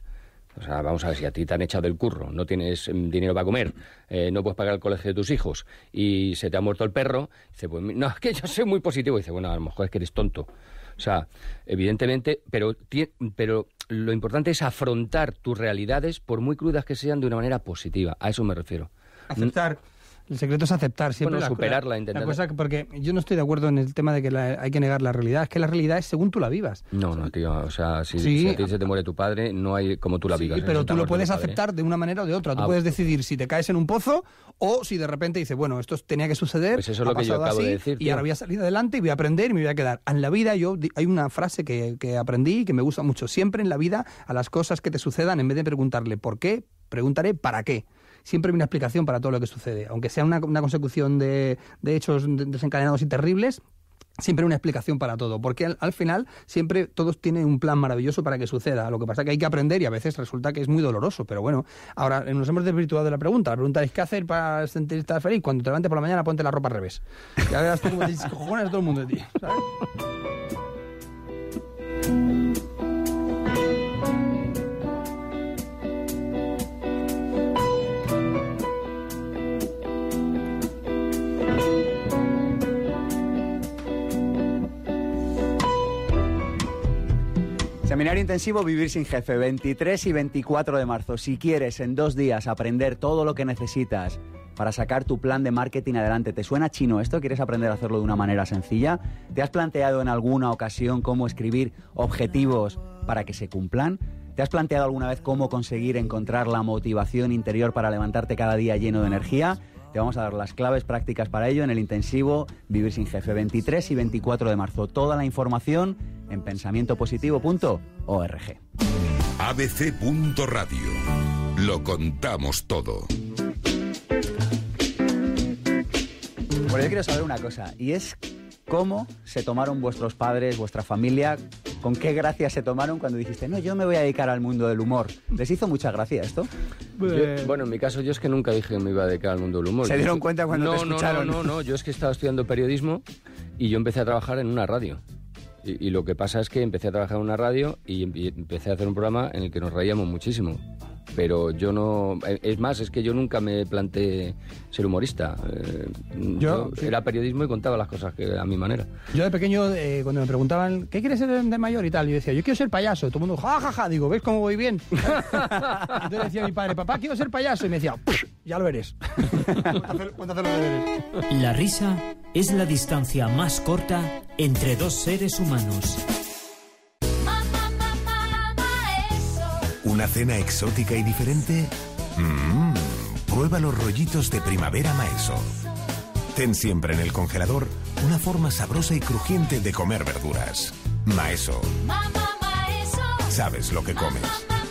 Speaker 4: O sea, vamos a ver, si a ti te han echado del curro, no tienes mm, dinero para comer, eh, no puedes pagar el colegio de tus hijos y se te ha muerto el perro, dice, pues no, es que yo soy muy positivo. Dice, bueno, a lo mejor es que eres tonto. O sea, evidentemente, pero, pero lo importante es afrontar tus realidades, por muy crudas que sean, de una manera positiva. A eso me refiero.
Speaker 3: Aceptar. El secreto es aceptar siempre.
Speaker 4: Bueno,
Speaker 3: la,
Speaker 4: superarla,
Speaker 3: la,
Speaker 4: intentar.
Speaker 3: La cosa que, porque yo no estoy de acuerdo en el tema de que la, hay que negar la realidad. Es que la realidad es según tú la vivas.
Speaker 4: No, no, tío. O sea, si,
Speaker 3: sí.
Speaker 4: si a ti se te muere tu padre, no hay como tú la
Speaker 3: sí,
Speaker 4: vivas.
Speaker 3: Sí, pero tú lo puedes
Speaker 4: padre,
Speaker 3: aceptar
Speaker 4: ¿eh?
Speaker 3: de una manera o de otra. Tú
Speaker 4: ah,
Speaker 3: puedes decidir si te caes en un pozo o si de repente dices, bueno, esto tenía que suceder.
Speaker 4: Pues eso es lo que yo acabo
Speaker 3: así,
Speaker 4: de decir.
Speaker 3: Y
Speaker 4: tío.
Speaker 3: ahora voy a salir adelante y voy a aprender y me voy a quedar. En la vida, yo hay una frase que, que aprendí y que me gusta mucho. Siempre en la vida, a las cosas que te sucedan, en vez de preguntarle por qué, preguntaré para qué. Siempre hay una explicación para todo lo que sucede. Aunque sea una, una consecución de, de hechos desencadenados y terribles, siempre hay una explicación para todo. Porque al, al final siempre todos tienen un plan maravilloso para que suceda. Lo que pasa es que hay que aprender y a veces resulta que es muy doloroso. Pero bueno, ahora nos hemos desvirtuado de la pregunta. La pregunta es, ¿qué hacer para sentirte feliz? Cuando te levantes por la mañana, ponte la ropa al revés. Ya verás tú cómo te cojones todo el mundo de ti, ¿sabes?
Speaker 1: Seminario intensivo Vivir sin Jefe, veintitrés y veinticuatro de marzo. Si quieres en dos días aprender todo lo que necesitas para sacar tu plan de marketing adelante. ¿Te suena chino esto? ¿Quieres aprender a hacerlo de una manera sencilla? ¿Te has planteado en alguna ocasión cómo escribir objetivos para que se cumplan? ¿Te has planteado alguna vez cómo conseguir encontrar la motivación interior para levantarte cada día lleno de energía? Te vamos a dar las claves prácticas para ello en el intensivo Vivir sin Jefe, veintitrés y veinticuatro de marzo. Toda la información en pensamiento positivo punto org.
Speaker 8: A B C punto radio. Lo contamos todo.
Speaker 1: Bueno, yo quiero saber una cosa, y es cómo se tomaron vuestros padres, vuestra familia, con qué gracia se tomaron cuando dijiste, no, yo me voy a dedicar al mundo del humor. ¿Les hizo mucha gracia esto?
Speaker 4: Yo, bueno, en mi caso yo es que nunca dije que me iba a dedicar al mundo del humor.
Speaker 1: ¿Se dieron cuenta cuando
Speaker 4: no,
Speaker 1: te escucharon?
Speaker 4: No, no, no, no, yo es que estaba estudiando periodismo y yo empecé a trabajar en una radio. Y, y lo que pasa es que empecé a trabajar en una radio y, y empecé a hacer un programa en el que nos reíamos muchísimo. Pero yo no... Es más, es que yo nunca me planteé ser humorista. Eh, yo, yo sí. Era periodismo y contaba las cosas que a mi manera.
Speaker 3: Yo de pequeño, eh, cuando me preguntaban, ¿qué quieres ser de mayor y tal? Yo decía, yo quiero ser payaso. Todo el mundo, ja, ja, ja. Digo, ¿ves cómo voy bien? Entonces decía mi padre, papá, quiero ser payaso. Y me decía, ya lo eres. Ponte a hacer los deberes.
Speaker 5: La risa es la distancia más corta entre dos seres humanos.
Speaker 8: ¿Una cena exótica y diferente? Mmm, prueba los rollitos de primavera Maeso. Ten siempre en el congelador una forma sabrosa y crujiente de comer verduras. Maeso. Sabes lo que comes.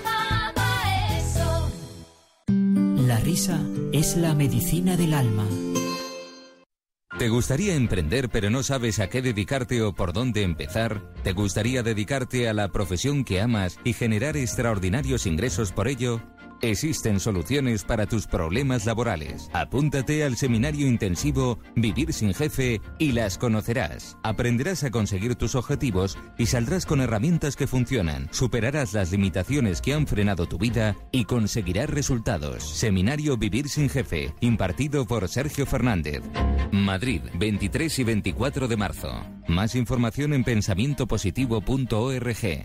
Speaker 5: La risa es la medicina del alma.
Speaker 9: ¿Te gustaría emprender pero no sabes a qué dedicarte o por dónde empezar? ¿Te gustaría dedicarte a la profesión que amas y generar extraordinarios ingresos por ello? Existen soluciones para tus problemas laborales. Apúntate al seminario intensivo Vivir sin Jefe y las conocerás. Aprenderás a conseguir tus objetivos y saldrás con herramientas que funcionan. Superarás las limitaciones que han frenado tu vida y conseguirás resultados. Seminario Vivir sin Jefe, impartido por Sergio Fernández. Madrid, veintitrés y veinticuatro de marzo. Más información en pensamiento positivo punto org.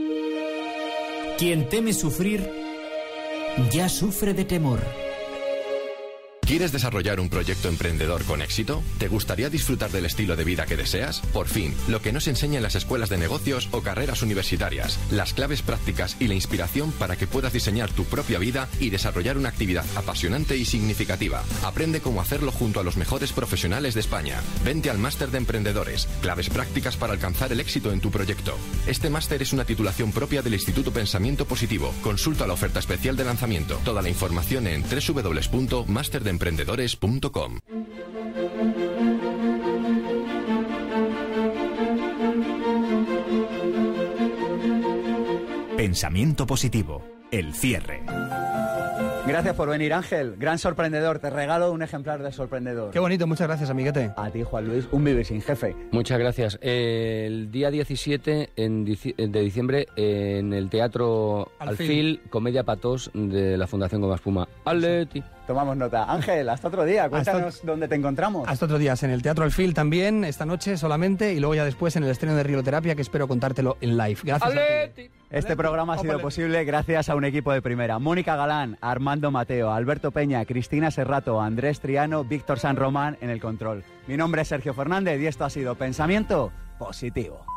Speaker 5: Quien teme sufrir ya sufre de temor.
Speaker 7: ¿Quieres desarrollar un proyecto emprendedor con éxito? ¿Te gustaría disfrutar del estilo de vida que deseas? Por fin, lo que no se enseña en las escuelas de negocios o carreras universitarias. Las claves prácticas y la inspiración para que puedas diseñar tu propia vida y desarrollar una actividad apasionante y significativa. Aprende cómo hacerlo junto a los mejores profesionales de España. Vente al Máster de Emprendedores. Claves prácticas para alcanzar el éxito en tu proyecto. Este máster es una titulación propia del Instituto Pensamiento Positivo. Consulta la oferta especial de lanzamiento. Toda la información en doble u doble u doble u punto máster de emprendedores punto com.
Speaker 2: Pensamiento positivo, el cierre.
Speaker 1: Gracias por venir, Ángel. Gran sorprendedor. Te regalo un ejemplar de sorprendedor.
Speaker 3: Qué bonito, muchas gracias, amiguete.
Speaker 1: A ti, Juan Luis, un Vivir sin Jefe.
Speaker 4: Muchas gracias. Eh, el día diecisiete en dici- de diciembre eh, en el Teatro
Speaker 3: Alfil.
Speaker 4: Alfil, Comedia Patos de la Fundación Goma Espuma. Atleti.
Speaker 1: Tomamos nota. Ángel, hasta otro día. Cuéntanos hasta, dónde te encontramos.
Speaker 3: Hasta otro día, en el Teatro Alfil también, esta noche solamente, y luego ya después en el estreno de Rioterapia, que espero contártelo en live. Gracias.
Speaker 4: Atleti.
Speaker 1: Este programa ha sido posible gracias a un equipo de primera. Mónica Galán, Armando Mateo, Alberto Peña, Cristina Serrato, Andrés Triano, Víctor San Román en el control. Mi nombre es Sergio Fernández y esto ha sido Pensamiento Positivo.